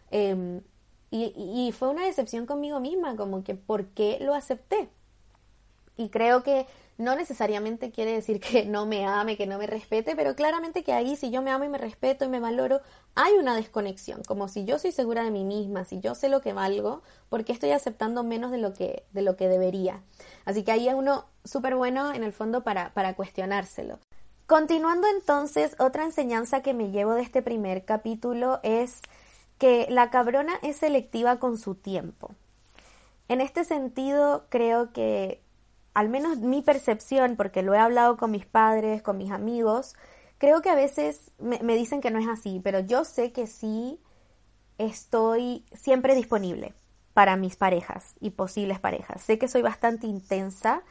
Y fue una decepción conmigo misma, como que ¿por qué lo acepté? Y creo que no necesariamente quiere decir que no me ame, que no me respete, pero claramente que ahí si yo me amo y me respeto y me valoro, hay una desconexión, como si yo soy segura de mí misma, si yo sé lo que valgo, ¿por qué estoy aceptando menos de lo que debería? Así que ahí es uno súper bueno en el fondo para cuestionárselo. Continuando entonces, otra enseñanza que me llevo de este primer capítulo es que la cabrona es selectiva con su tiempo. En este sentido, creo que al menos mi percepción, porque lo he hablado con mis padres, con mis amigos, creo que a veces me dicen que no es así, pero yo sé que sí estoy siempre disponible para mis parejas y posibles parejas. Sé que soy bastante intensa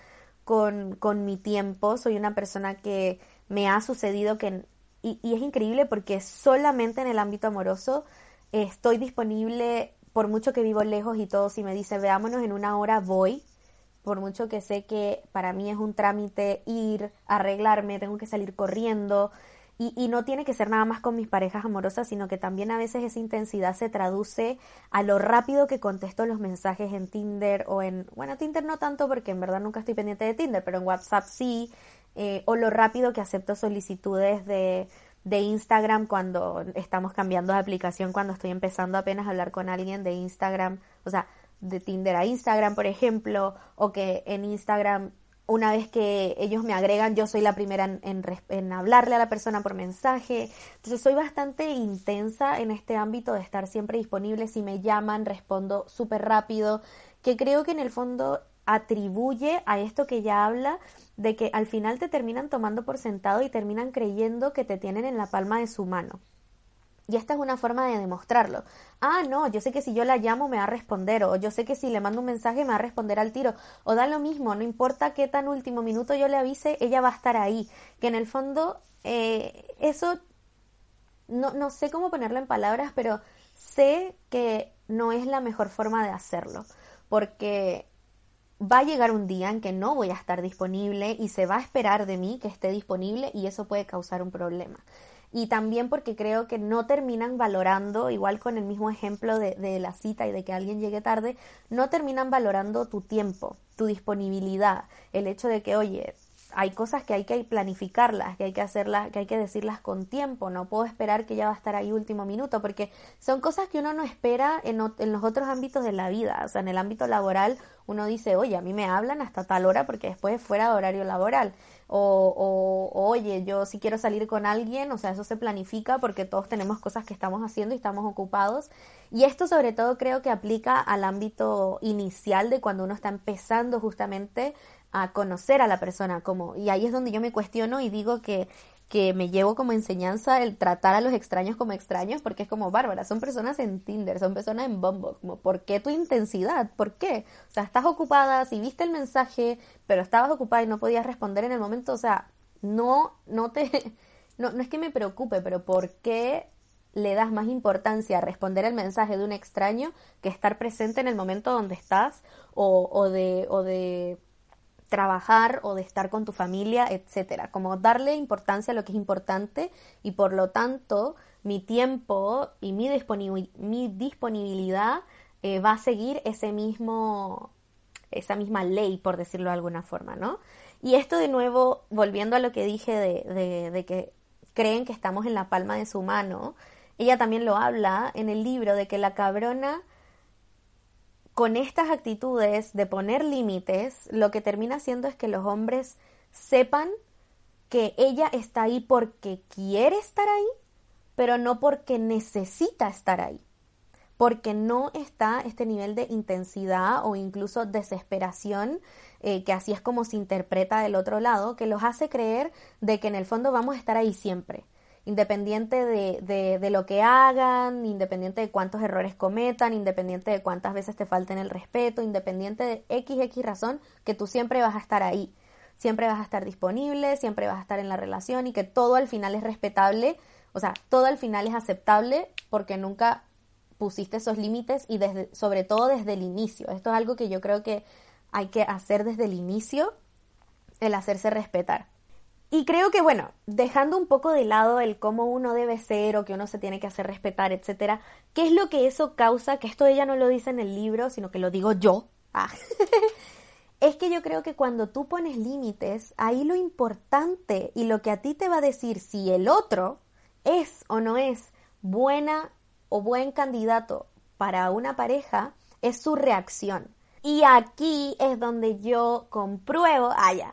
con mi tiempo. Soy una persona que me ha sucedido que, y es increíble porque solamente en el ámbito amoroso estoy disponible, por mucho que vivo lejos y todo, si me dice veámonos en una hora, voy. Por mucho que sé que para mí es un trámite ir, arreglarme, tengo que salir corriendo. Y no tiene que ser nada más con mis parejas amorosas, sino que también a veces esa intensidad se traduce a lo rápido que contesto los mensajes en Tinder o en, bueno, Tinder no tanto porque en verdad nunca estoy pendiente de Tinder, pero en WhatsApp sí, o lo rápido que acepto solicitudes de Instagram cuando estamos cambiando de aplicación, cuando estoy empezando apenas a hablar con alguien de Instagram, o sea, de Tinder a Instagram, por ejemplo, o que en Instagram una vez que ellos me agregan, yo soy la primera en hablarle a la persona por mensaje. Entonces soy bastante intensa en este ámbito de estar siempre disponible. Si me llaman, respondo súper rápido, que creo que en el fondo atribuye a esto que ya habla de que al final te terminan tomando por sentado y terminan creyendo que te tienen en la palma de su mano. Y esta es una forma de demostrarlo. Ah, no, yo sé que si yo la llamo me va a responder, o yo sé que si le mando un mensaje me va a responder al tiro, o da lo mismo, no importa qué tan último minuto yo le avise, ella va a estar ahí. Que en el fondo, eso no sé cómo ponerlo en palabras, pero sé que no es la mejor forma de hacerlo, porque va a llegar un día en que no voy a estar disponible y se va a esperar de mí que esté disponible y eso puede causar un problema. Y también porque creo que no terminan valorando, igual con el mismo ejemplo de la cita y de que alguien llegue tarde, no terminan valorando tu tiempo, tu disponibilidad, el hecho de que, oye, hay cosas que hay que planificarlas, que hay que hacerlas, que hay que decirlas con tiempo, no puedo esperar que ella va a estar ahí último minuto, porque son cosas que uno no espera en los otros ámbitos de la vida. O sea, en el ámbito laboral uno dice, oye, a mí me hablan hasta tal hora porque después es fuera de horario laboral. Oye, yo si quiero salir con alguien, o sea, eso se planifica porque todos tenemos cosas que estamos haciendo y estamos ocupados. Y esto sobre todo creo que aplica al ámbito inicial de cuando uno está empezando justamente a conocer a la persona, como, y ahí es donde yo me cuestiono y digo que me llevo como enseñanza el tratar a los extraños como extraños, porque es como, Bárbara, son personas en Tinder, son personas en Bumble, como, ¿por qué tu intensidad? ¿Por qué? O sea, estás ocupada, si viste el mensaje, pero estabas ocupada y no podías responder en el momento, o sea, no es que me preocupe, pero ¿por qué le das más importancia a responder el mensaje de un extraño que estar presente en el momento donde estás o de trabajar o de estar con tu familia, etcétera? Como darle importancia a lo que es importante y por lo tanto mi tiempo y mi disponibilidad va a seguir esa misma ley, por decirlo de alguna forma, ¿no? Y esto de nuevo, volviendo a lo que dije de que creen que estamos en la palma de su mano, ella también lo habla en el libro de que la cabrona con estas actitudes de poner límites, lo que termina haciendo es que los hombres sepan que ella está ahí porque quiere estar ahí, pero no porque necesita estar ahí. Porque no está este nivel de intensidad o incluso desesperación, que así es como se interpreta del otro lado, que los hace creer de que en el fondo vamos a estar ahí siempre. Independiente de lo que hagan, independiente de cuántos errores cometan, independiente de cuántas veces te falten el respeto, independiente de X razón, que tú siempre vas a estar ahí, siempre vas a estar disponible, siempre vas a estar en la relación y que todo al final es respetable, o sea, todo al final es aceptable porque nunca pusiste esos límites y sobre todo desde el inicio. Esto es algo que yo creo que hay que hacer desde el inicio, el hacerse respetar. Y creo que, bueno, dejando un poco de lado el cómo uno debe ser o que uno se tiene que hacer respetar, etcétera, ¿qué es lo que eso causa? Que esto ella no lo dice en el libro, sino que lo digo yo. Es que yo creo que cuando tú pones límites, ahí lo importante y lo que a ti te va a decir si el otro es o no es buena o buen candidato para una pareja es su reacción. Y aquí es donde yo compruebo,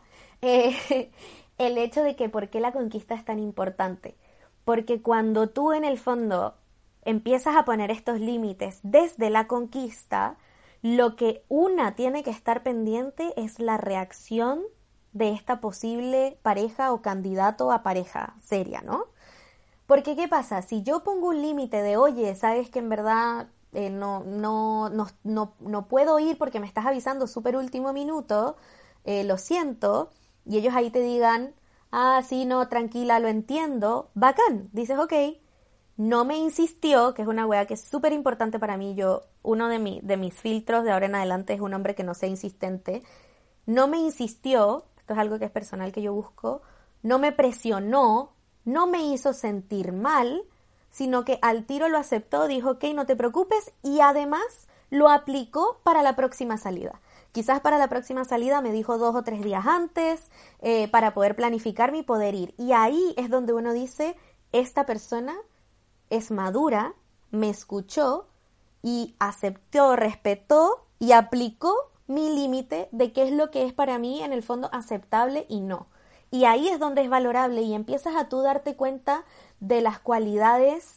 el hecho de que por qué la conquista es tan importante. Porque cuando tú en el fondo empiezas a poner estos límites desde la conquista, lo que una tiene que estar pendiente es la reacción de esta posible pareja o candidato a pareja seria, ¿no? Porque ¿qué pasa? Si yo pongo un límite de, oye, sabes que en verdad no puedo ir porque me estás avisando súper último minuto, lo siento, y ellos ahí te digan, ah, sí, no, tranquila, lo entiendo, bacán, dices, ok, no me insistió, que es una wea que es súper importante para mí, uno de mis filtros de ahora en adelante es un hombre que no sea insistente, no me insistió, esto es algo que es personal que yo busco, no me presionó, no me hizo sentir mal, sino que al tiro lo aceptó, dijo, ok, no te preocupes, y además lo aplicó para la próxima salida. Quizás para la próxima salida me dijo 2 o 3 días antes, para poder planificarme y poder ir. Y ahí es donde uno dice, esta persona es madura, me escuchó y aceptó, respetó y aplicó mi límite de qué es lo que es para mí en el fondo aceptable y no. Y ahí es donde es valorable y empiezas a tú darte cuenta de las cualidades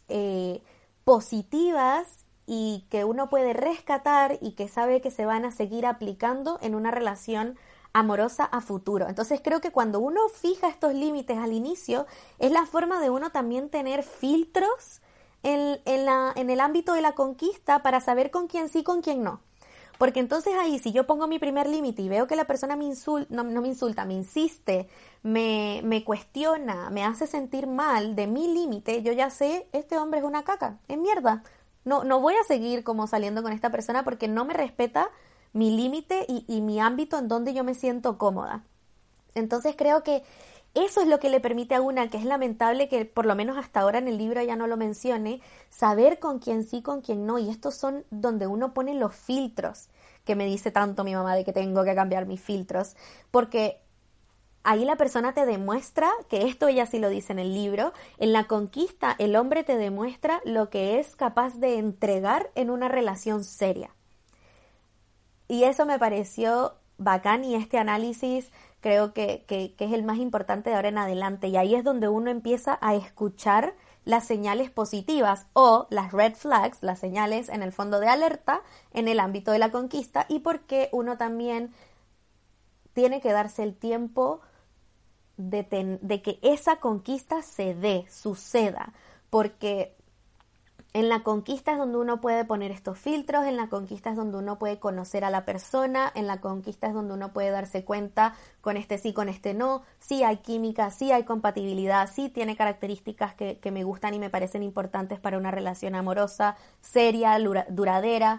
positivas y que uno puede rescatar y que sabe que se van a seguir aplicando en una relación amorosa a futuro. Entonces creo que cuando uno fija estos límites al inicio, es la forma de uno también tener filtros en el ámbito de la conquista para saber con quién sí, con quién no. Porque entonces ahí, si yo pongo mi primer límite y veo que la persona me insulta, me insiste, me cuestiona, me hace sentir mal de mi límite, yo ya sé, este hombre es una caca, es mierda. No voy a seguir como saliendo con esta persona porque no me respeta mi límite y mi ámbito en donde yo me siento cómoda. Entonces creo que eso es lo que le permite a una, que es lamentable que por lo menos hasta ahora en el libro ya no lo mencione, saber con quién sí, con quién no. Y estos son donde uno pone los filtros, que me dice tanto mi mamá de que tengo que cambiar mis filtros, porque ahí la persona te demuestra, que esto ella sí lo dice en el libro, en la conquista el hombre te demuestra lo que es capaz de entregar en una relación seria. Y eso me pareció bacán y este análisis creo que es el más importante de ahora en adelante. Y ahí es donde uno empieza a escuchar las señales positivas o las red flags, las señales en el fondo de alerta en el ámbito de la conquista y por qué uno también tiene que darse el tiempo de que esa conquista se dé, suceda, porque en la conquista es donde uno puede poner estos filtros, en la conquista es donde uno puede conocer a la persona, en la conquista es donde uno puede darse cuenta con este sí, con este no, sí hay química, sí hay compatibilidad, sí tiene características que me gustan y me parecen importantes para una relación amorosa, seria, duradera,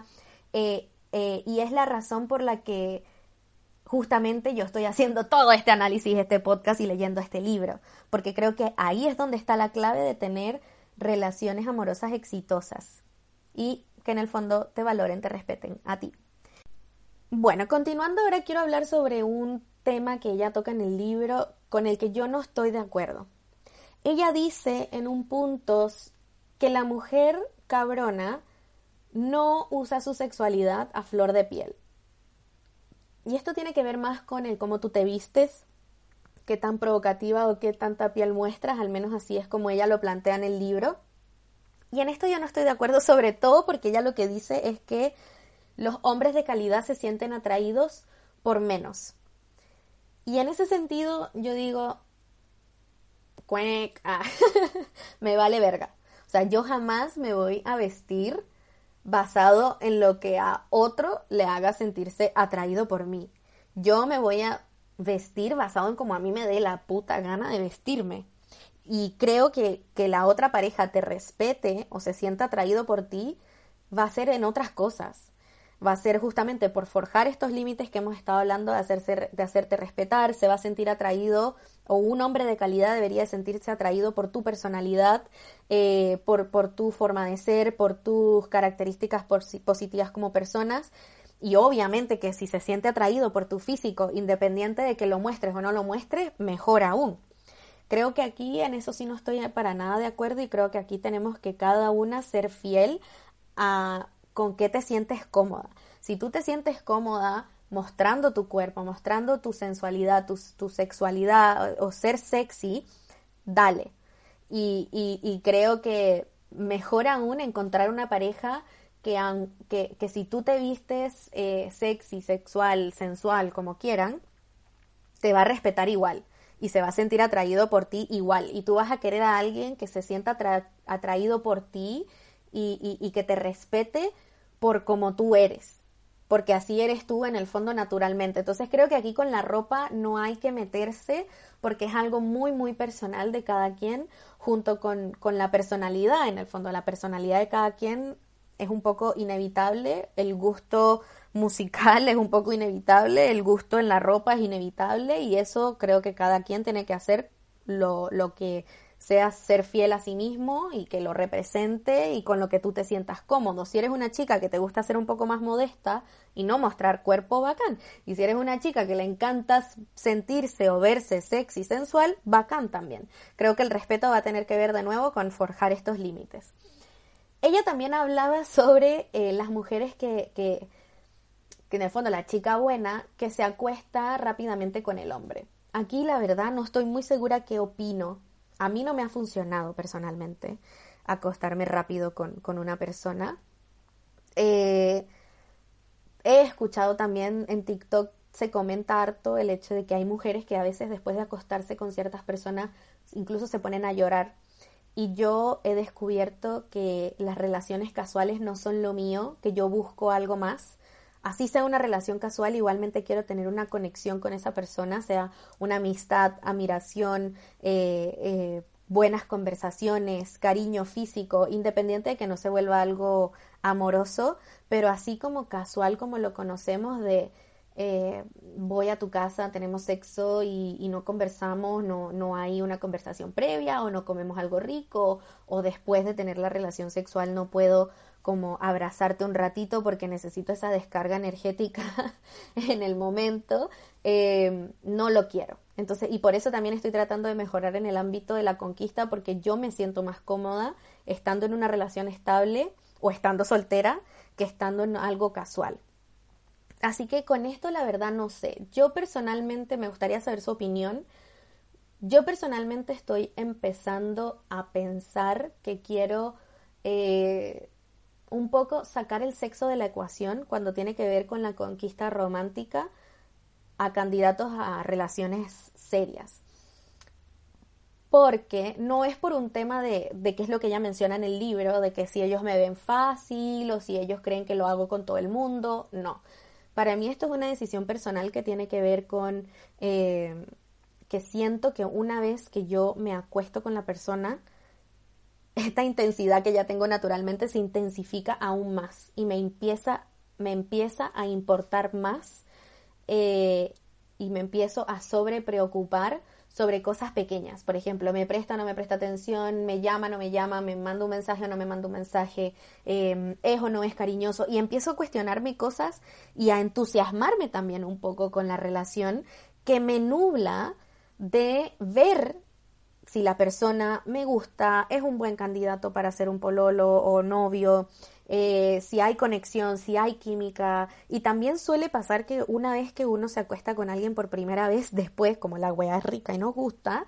y es la razón por la que justamente yo estoy haciendo todo este análisis, este podcast y leyendo este libro, porque creo que ahí es donde está la clave de tener relaciones amorosas exitosas y que en el fondo te valoren, te respeten a ti. Bueno, continuando ahora quiero hablar sobre un tema que ella toca en el libro con el que yo no estoy de acuerdo. Ella dice en un punto que la mujer cabrona no usa su sexualidad a flor de piel. Y esto tiene que ver más con el cómo tú te vistes, qué tan provocativa o qué tanta piel muestras, al menos así es como ella lo plantea en el libro. Y en esto yo no estoy de acuerdo, sobre todo porque ella lo que dice es que los hombres de calidad se sienten atraídos por menos. Y en ese sentido yo digo, me vale verga. O sea, yo jamás me voy a vestir basado en lo que a otro le haga sentirse atraído por mí. Yo me voy a vestir basado en como a mí me dé la puta gana de vestirme. Y creo que la otra pareja te respete o se sienta atraído por ti va a ser en otras cosas. Va a ser justamente por forjar estos límites que hemos estado hablando de hacerte respetar, se va a sentir atraído, o un hombre de calidad debería de sentirse atraído por tu personalidad, por tu forma de ser, por tus características positivas como personas. Y obviamente que si se siente atraído por tu físico, independiente de que lo muestres o no lo muestres, mejor aún. Creo que aquí en eso sí no estoy para nada de acuerdo y creo que aquí tenemos que cada una ser fiel a con qué te sientes cómoda. Si tú te sientes cómoda mostrando tu cuerpo, mostrando tu sensualidad, tu sexualidad o ser sexy, dale. Y creo que mejor aún encontrar una pareja que si tú te vistes sexy, sexual, sensual, como quieran, te va a respetar igual y se va a sentir atraído por ti igual. Y tú vas a querer a alguien que se sienta atraído por ti y que te respete por como tú eres. porque así eres tú en el fondo naturalmente. Entonces creo que aquí con la ropa no hay que meterse porque es algo muy, muy personal de cada quien, junto con la personalidad. En el fondo, la personalidad de cada quien es un poco inevitable, el gusto musical es un poco inevitable, el gusto en la ropa es inevitable, y eso creo que cada quien tiene que hacer lo que sea ser fiel a sí mismo y que lo represente y con lo que tú te sientas cómodo. Si eres una chica que te gusta ser un poco más modesta y no mostrar cuerpo, bacán. Y si eres una chica que le encanta sentirse o verse sexy, sensual, bacán también. Creo que el respeto va a tener que ver de nuevo con forjar estos límites. Ella también hablaba sobre las mujeres que en el fondo la chica buena que se acuesta rápidamente con el hombre. Aquí la verdad no estoy muy segura qué opino. A mí no me ha funcionado personalmente acostarme rápido con una persona. He escuchado también en TikTok, se comenta harto el hecho de que hay mujeres que a veces después de acostarse con ciertas personas incluso se ponen a llorar. Y yo he descubierto que las relaciones casuales no son lo mío, que yo busco algo más. Así sea una relación casual, igualmente quiero tener una conexión con esa persona, sea una amistad, admiración, buenas conversaciones, cariño físico, independiente de que no se vuelva algo amoroso, pero así como casual como lo conocemos de voy a tu casa, tenemos sexo y no conversamos, no hay una conversación previa o no comemos algo rico o después de tener la relación sexual no puedo como abrazarte un ratito porque necesito esa descarga energética en el momento, no lo quiero. Entonces, y por eso también estoy tratando de mejorar en el ámbito de la conquista porque yo me siento más cómoda estando en una relación estable o estando soltera que estando en algo casual. Así que con esto la verdad no sé. Yo personalmente me gustaría saber su opinión. Yo personalmente estoy empezando a pensar que quiero un poco sacar el sexo de la ecuación cuando tiene que ver con la conquista romántica a candidatos a relaciones serias. Porque no es por un tema de qué es lo que ella menciona en el libro, de que si ellos me ven fácil o si ellos creen que lo hago con todo el mundo, no. Para mí esto es una decisión personal que tiene que ver con que siento que una vez que yo me acuesto con la persona, esta intensidad que ya tengo naturalmente se intensifica aún más y me empieza a importar más y me empiezo a sobrepreocupar sobre cosas pequeñas. Por ejemplo, me presta o no me presta atención, me llama o no me llama, me manda un mensaje o no me manda un mensaje, es o no es cariñoso. Y empiezo a cuestionarme cosas y a entusiasmarme también un poco con la relación que me nubla de ver si la persona me gusta, es un buen candidato para ser un pololo o novio, si hay conexión, si hay química. Y también suele pasar que una vez que uno se acuesta con alguien por primera vez, después, como la wea es rica y nos gusta,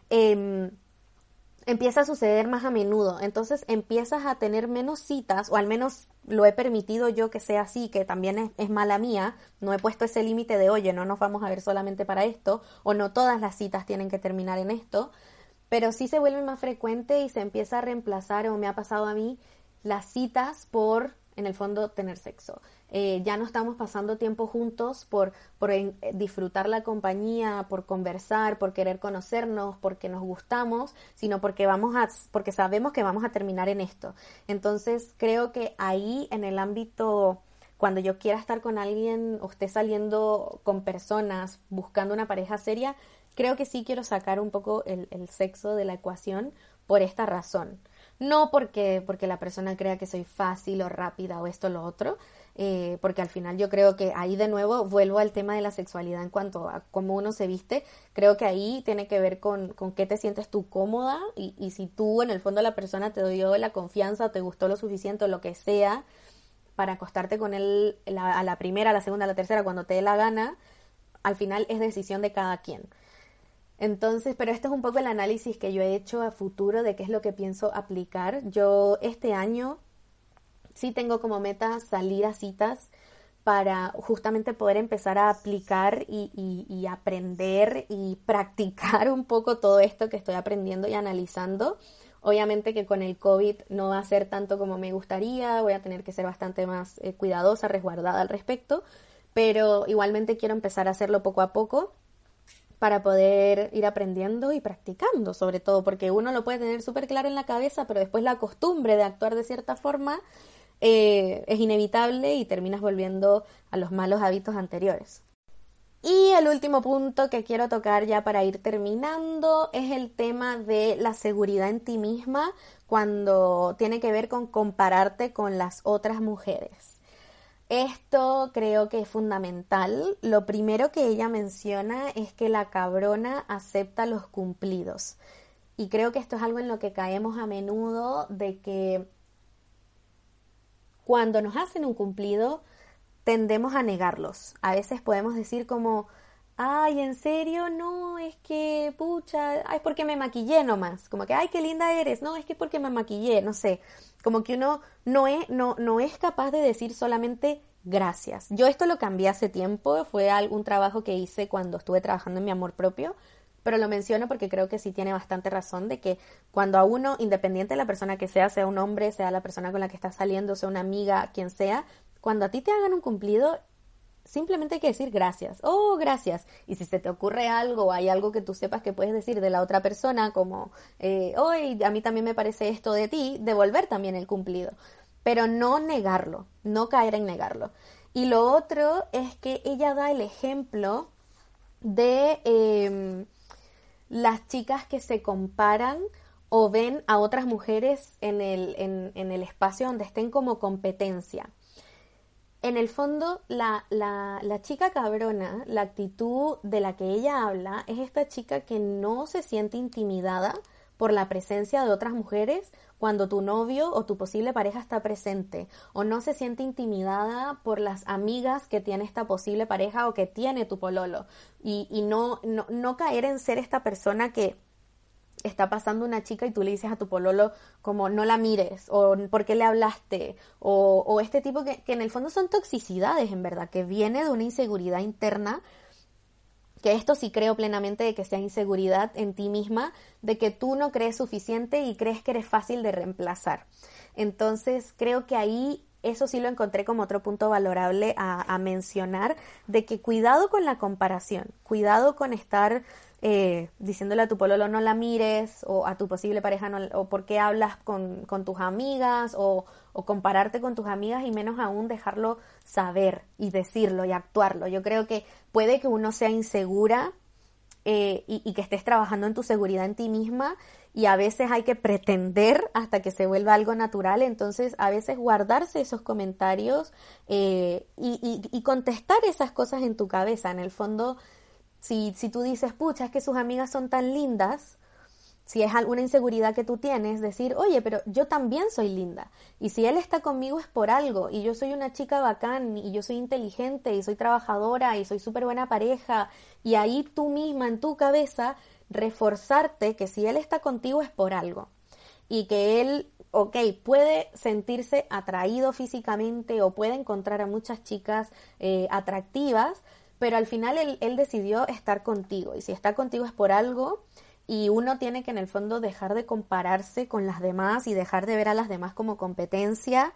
empieza a suceder más a menudo. Entonces empiezas a tener menos citas, o al menos lo he permitido yo que sea así, que también es mala mía. No he puesto ese límite de, oye, no nos vamos a ver solamente para esto, o no todas las citas tienen que terminar en esto. Pero sí se vuelve más frecuente y se empieza a reemplazar, o me ha pasado a mí, las citas por, en el fondo, tener sexo. Ya no estamos pasando tiempo juntos por disfrutar la compañía, por conversar, por querer conocernos, porque nos gustamos, sino porque porque sabemos que vamos a terminar en esto. Entonces creo que ahí en el ámbito, cuando yo quiera estar con alguien o esté saliendo con personas, buscando una pareja seria, creo que sí quiero sacar un poco el sexo de la ecuación por esta razón. No porque la persona crea que soy fácil o rápida o esto o lo otro, porque al final yo creo que ahí de nuevo vuelvo al tema de la sexualidad en cuanto a cómo uno se viste. Creo que ahí tiene que ver con qué te sientes tú cómoda y si tú en el fondo la persona te dio la confianza o te gustó lo suficiente o lo que sea para acostarte con él a la primera, a la segunda, a la tercera, cuando te dé la gana, al final es decisión de cada quien. Entonces, pero esto es un poco el análisis que yo he hecho a futuro de qué es lo que pienso aplicar. Yo este año sí tengo como meta salir a citas para justamente poder empezar a aplicar y aprender y practicar un poco todo esto que estoy aprendiendo y analizando. Obviamente que con el COVID no va a ser tanto como me gustaría, voy a tener que ser bastante más cuidadosa, resguardada al respecto, pero igualmente quiero empezar a hacerlo poco a poco para poder ir aprendiendo y practicando, sobre todo, porque uno lo puede tener súper claro en la cabeza, pero después la costumbre de actuar de cierta forma es inevitable y terminas volviendo a los malos hábitos anteriores. Y el último punto que quiero tocar ya para ir terminando es el tema de la seguridad en ti misma cuando tiene que ver con compararte con las otras mujeres. Esto creo que es fundamental. Lo primero que ella menciona es que la cabrona acepta los cumplidos. Y creo que esto es algo en lo que caemos a menudo, de que cuando nos hacen un cumplido tendemos a negarlos. A veces podemos decir como, ay, ¿en serio? No, es que, pucha, es porque me maquillé nomás. Como que, ay, qué linda eres. No, es que es porque me maquillé, no sé. Como que uno no es capaz de decir solamente gracias. Yo esto lo cambié hace tiempo, fue algún trabajo que hice cuando estuve trabajando en mi amor propio, pero lo menciono porque creo que sí tiene bastante razón de que cuando a uno, independiente de la persona que sea un hombre, sea la persona con la que estás saliendo, sea una amiga, quien sea, cuando a ti te hagan un cumplido, simplemente hay que decir gracias. Oh, gracias. Y si se te ocurre algo o hay algo que tú sepas que puedes decir de la otra persona, como, a mí también me parece esto de ti, devolver también el cumplido. Pero no negarlo, no caer en negarlo. Y lo otro es que ella da el ejemplo de las chicas que se comparan o ven a otras mujeres en el espacio donde estén como competencia. En el fondo, la chica cabrona, la actitud de la que ella habla, es esta chica que no se siente intimidada por la presencia de otras mujeres cuando tu novio o tu posible pareja está presente, o no se siente intimidada por las amigas que tiene esta posible pareja o que tiene tu pololo, y no caer en ser esta persona que está pasando una chica y tú le dices a tu pololo como no la mires, o por qué le hablaste, o este tipo que en el fondo son toxicidades, en verdad, que viene de una inseguridad interna, que esto sí creo plenamente de que sea inseguridad en ti misma, de que tú no crees suficiente y crees que eres fácil de reemplazar. Entonces creo que ahí eso sí lo encontré como otro punto valorable a mencionar, de que cuidado con la comparación, cuidado con estar diciéndole a tu pololo no la mires, o a tu posible pareja no, o por qué hablas con tus amigas, o compararte con tus amigas, y menos aún dejarlo saber y decirlo y actuarlo. Yo creo que puede que uno sea insegura y que estés trabajando en tu seguridad en ti misma, y a veces hay que pretender hasta que se vuelva algo natural. Entonces a veces guardarse esos comentarios y contestar esas cosas en tu cabeza. En el fondo, si tú dices, pucha, es que sus amigas son tan lindas, si es alguna inseguridad que tú tienes, decir, oye, pero yo también soy linda. Y si él está conmigo es por algo. Y yo soy una chica bacán, y yo soy inteligente, y soy trabajadora, y soy súper buena pareja. Y ahí tú misma, en tu cabeza, reforzarte que si él está contigo es por algo. Y que él, ok, puede sentirse atraído físicamente o puede encontrar a muchas chicas atractivas, pero al final él decidió estar contigo. Y si está contigo es por algo. Y uno tiene que en el fondo dejar de compararse con las demás y dejar de ver a las demás como competencia,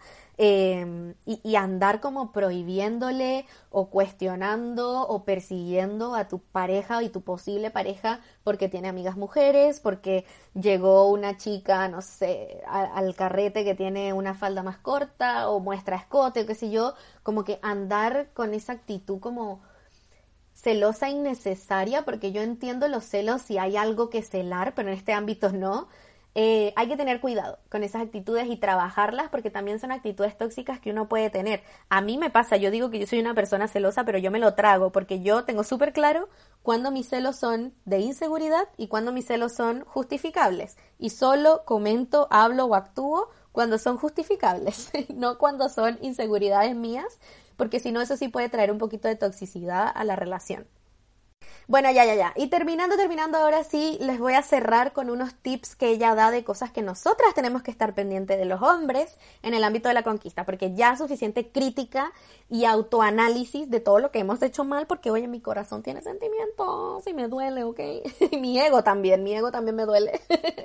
y andar como prohibiéndole o cuestionando o persiguiendo a tu pareja y tu posible pareja porque tiene amigas mujeres, porque llegó una chica, no sé, al carrete que tiene una falda más corta o muestra escote o qué sé yo, como que andar con esa actitud como celosa innecesaria, porque yo entiendo los celos si hay algo que celar, pero en este ámbito no. Hay que tener cuidado con esas actitudes y trabajarlas, porque también son actitudes tóxicas que uno puede tener. A mí me pasa, yo digo que yo soy una persona celosa, pero yo me lo trago, porque yo tengo súper claro cuándo mis celos son de inseguridad y cuándo mis celos son justificables. Y solo comento, hablo o actúo cuando son justificables, no cuando son inseguridades mías, porque si no eso sí puede traer un poquito de toxicidad a la relación. Bueno, ya. Y terminando, ahora sí, les voy a cerrar con unos tips que ella da de cosas que nosotras tenemos que estar pendientes de los hombres en el ámbito de la conquista, porque ya es suficiente crítica y autoanálisis de todo lo que hemos hecho mal, porque oye, mi corazón tiene sentimientos y me duele, ¿ok? Y mi ego también me duele.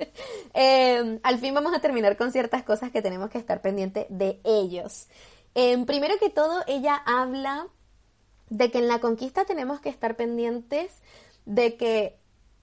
Al fin vamos a terminar con ciertas cosas que tenemos que estar pendientes de ellos. Primero que todo, ella habla de que en la conquista tenemos que estar pendientes de que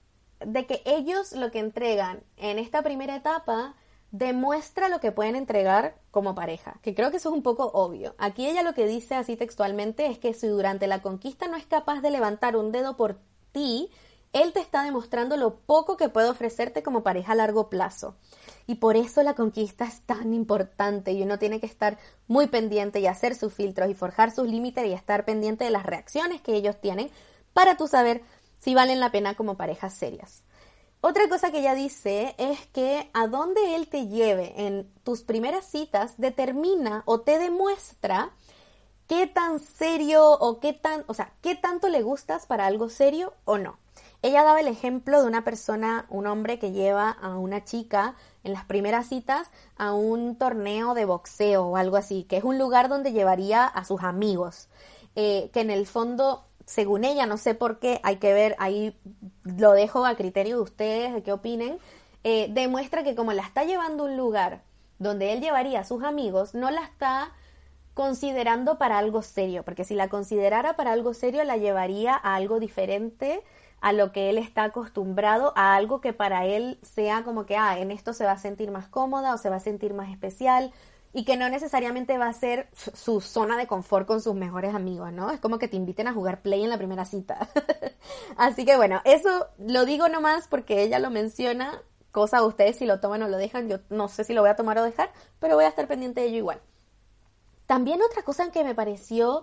ellos lo que entregan en esta primera etapa demuestra lo que pueden entregar como pareja, que creo que eso es un poco obvio. Aquí ella lo que dice así textualmente es que si durante la conquista no es capaz de levantar un dedo por ti, él te está demostrando lo poco que puede ofrecerte como pareja a largo plazo. Y por eso la conquista es tan importante y uno tiene que estar muy pendiente y hacer sus filtros y forjar sus límites y estar pendiente de las reacciones que ellos tienen para tú saber si valen la pena como parejas serias. Otra cosa que ella dice es que a dónde él te lleve en tus primeras citas determina o te demuestra qué tan serio o qué tanto le gustas para algo serio o no. Ella daba el ejemplo de una persona, un hombre que lleva a una chica en las primeras citas a un torneo de boxeo o algo así, que es un lugar donde llevaría a sus amigos, que en el fondo, según ella, no sé por qué, hay que ver, ahí lo dejo a criterio de ustedes, de qué opinen, demuestra que como la está llevando a un lugar donde él llevaría a sus amigos, no la está considerando para algo serio, porque si la considerara para algo serio, la llevaría a algo diferente a lo que él está acostumbrado, a algo que para él sea como que, en esto se va a sentir más cómoda o se va a sentir más especial y que no necesariamente va a ser su zona de confort con sus mejores amigos, ¿no? Es como que te inviten a jugar Play en la primera cita. Así que bueno, eso lo digo nomás porque ella lo menciona, cosa ustedes si lo toman o lo dejan, yo no sé si lo voy a tomar o dejar, pero voy a estar pendiente de ello igual. También otra cosa que me pareció,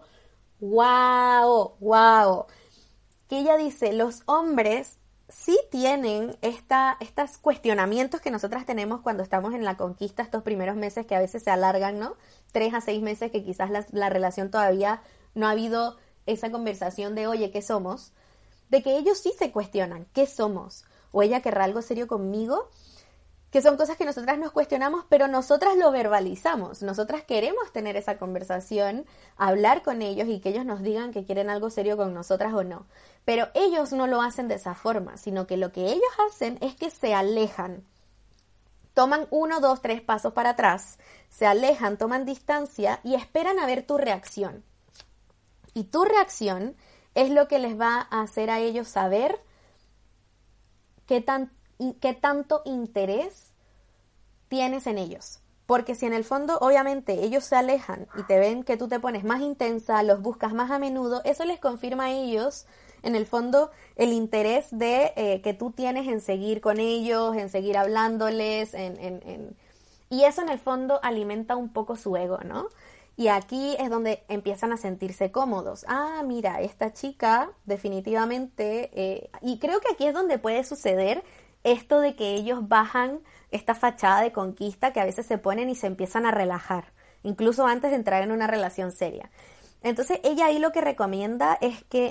wow, que ella dice, los hombres sí tienen estos cuestionamientos que nosotras tenemos cuando estamos en la conquista, estos primeros meses que a veces se alargan, ¿no? 3 a 6 meses que quizás la relación todavía no ha habido esa conversación de, oye, ¿qué somos? De que ellos sí se cuestionan, ¿qué somos? ¿O ella querrá algo serio conmigo? Que son cosas que nosotras nos cuestionamos, pero nosotras lo verbalizamos. Nosotras queremos tener esa conversación, hablar con ellos y que ellos nos digan que quieren algo serio con nosotras o no. Pero ellos no lo hacen de esa forma, sino que lo que ellos hacen es que se alejan. Toman 1, 2, 3 pasos para atrás, se alejan, toman distancia y esperan a ver tu reacción. Y tu reacción es lo que les va a hacer a ellos saber qué tanto interés tienes en ellos. Porque si en el fondo, obviamente, ellos se alejan y te ven que tú te pones más intensa, los buscas más a menudo, eso les confirma a ellos, en el fondo, el interés de que tú tienes en seguir con ellos, en seguir hablándoles, y eso en el fondo alimenta un poco su ego, ¿no? Y aquí es donde empiezan a sentirse cómodos. Mira, esta chica definitivamente, y creo que aquí es donde puede suceder esto de que ellos bajan esta fachada de conquista que a veces se ponen y se empiezan a relajar, incluso antes de entrar en una relación seria. Entonces ella ahí lo que recomienda es que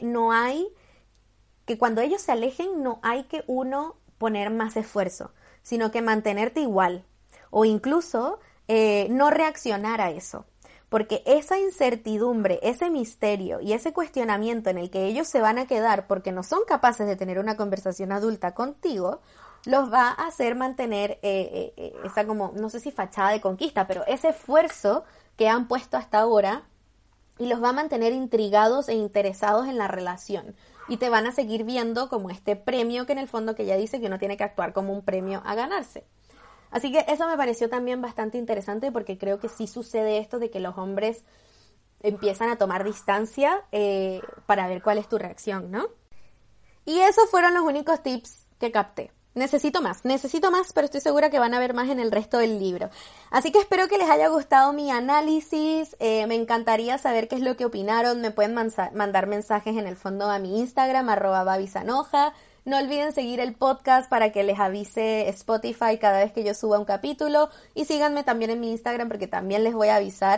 que cuando ellos se alejen no hay que uno poner más esfuerzo, sino que mantenerte igual o incluso no reaccionar a eso. Porque esa incertidumbre, ese misterio y ese cuestionamiento en el que ellos se van a quedar porque no son capaces de tener una conversación adulta contigo, los va a hacer mantener esa como, no sé si fachada de conquista, pero ese esfuerzo que han puesto hasta ahora y los va a mantener intrigados e interesados en la relación. Y te van a seguir viendo como este premio que en el fondo que ella dice que uno tiene que actuar como un premio a ganarse. Así que eso me pareció también bastante interesante porque creo que sí sucede esto de que los hombres empiezan a tomar distancia para ver cuál es tu reacción, ¿no? Y esos fueron los únicos tips que capté. Necesito más, pero estoy segura que van a ver más en el resto del libro. Así que espero que les haya gustado mi análisis. Me encantaría saber qué es lo que opinaron. Me pueden mandar mensajes en el fondo a mi Instagram, @babisanoja. No olviden seguir el podcast para que les avise Spotify cada vez que yo suba un capítulo. Y síganme también en mi Instagram porque también les voy a avisar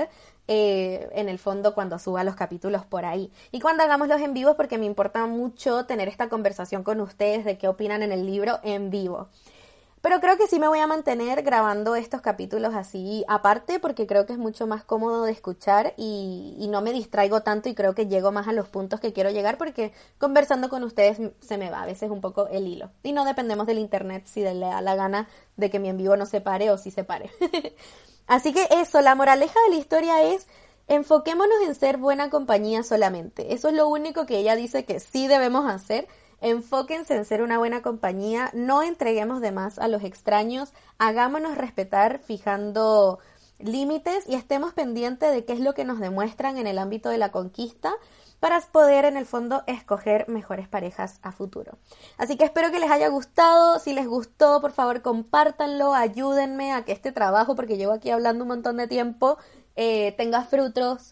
en el fondo cuando suba los capítulos por ahí. Y cuando hagamos los en vivos, porque me importa mucho tener esta conversación con ustedes de qué opinan en el libro en vivo. Pero creo que sí me voy a mantener grabando estos capítulos así aparte porque creo que es mucho más cómodo de escuchar y no me distraigo tanto y creo que llego más a los puntos que quiero llegar porque conversando con ustedes se me va a veces un poco el hilo. Y no dependemos del internet si le da la gana de que mi en vivo no se pare o si se pare. Así que eso, la moraleja de la historia es: enfoquémonos en ser buena compañía solamente. Eso es lo único que ella dice que sí debemos hacer. Enfóquense en ser una buena compañía, no entreguemos de más a los extraños, hagámonos respetar fijando límites y estemos pendientes de qué es lo que nos demuestran en el ámbito de la conquista para poder en el fondo escoger mejores parejas a futuro. Así que espero que les haya gustado. Si les gustó, por favor compártanlo, ayúdenme a que este trabajo, porque llevo aquí hablando un montón de tiempo, tenga frutos.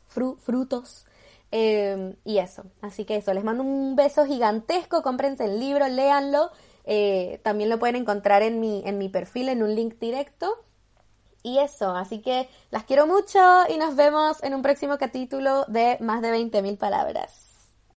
Y eso, así que eso, les mando un beso gigantesco, cómprense el libro, léanlo, también lo pueden encontrar en mi perfil, en un link directo, y eso, así que las quiero mucho y nos vemos en un próximo capítulo de Más de 20.000 palabras.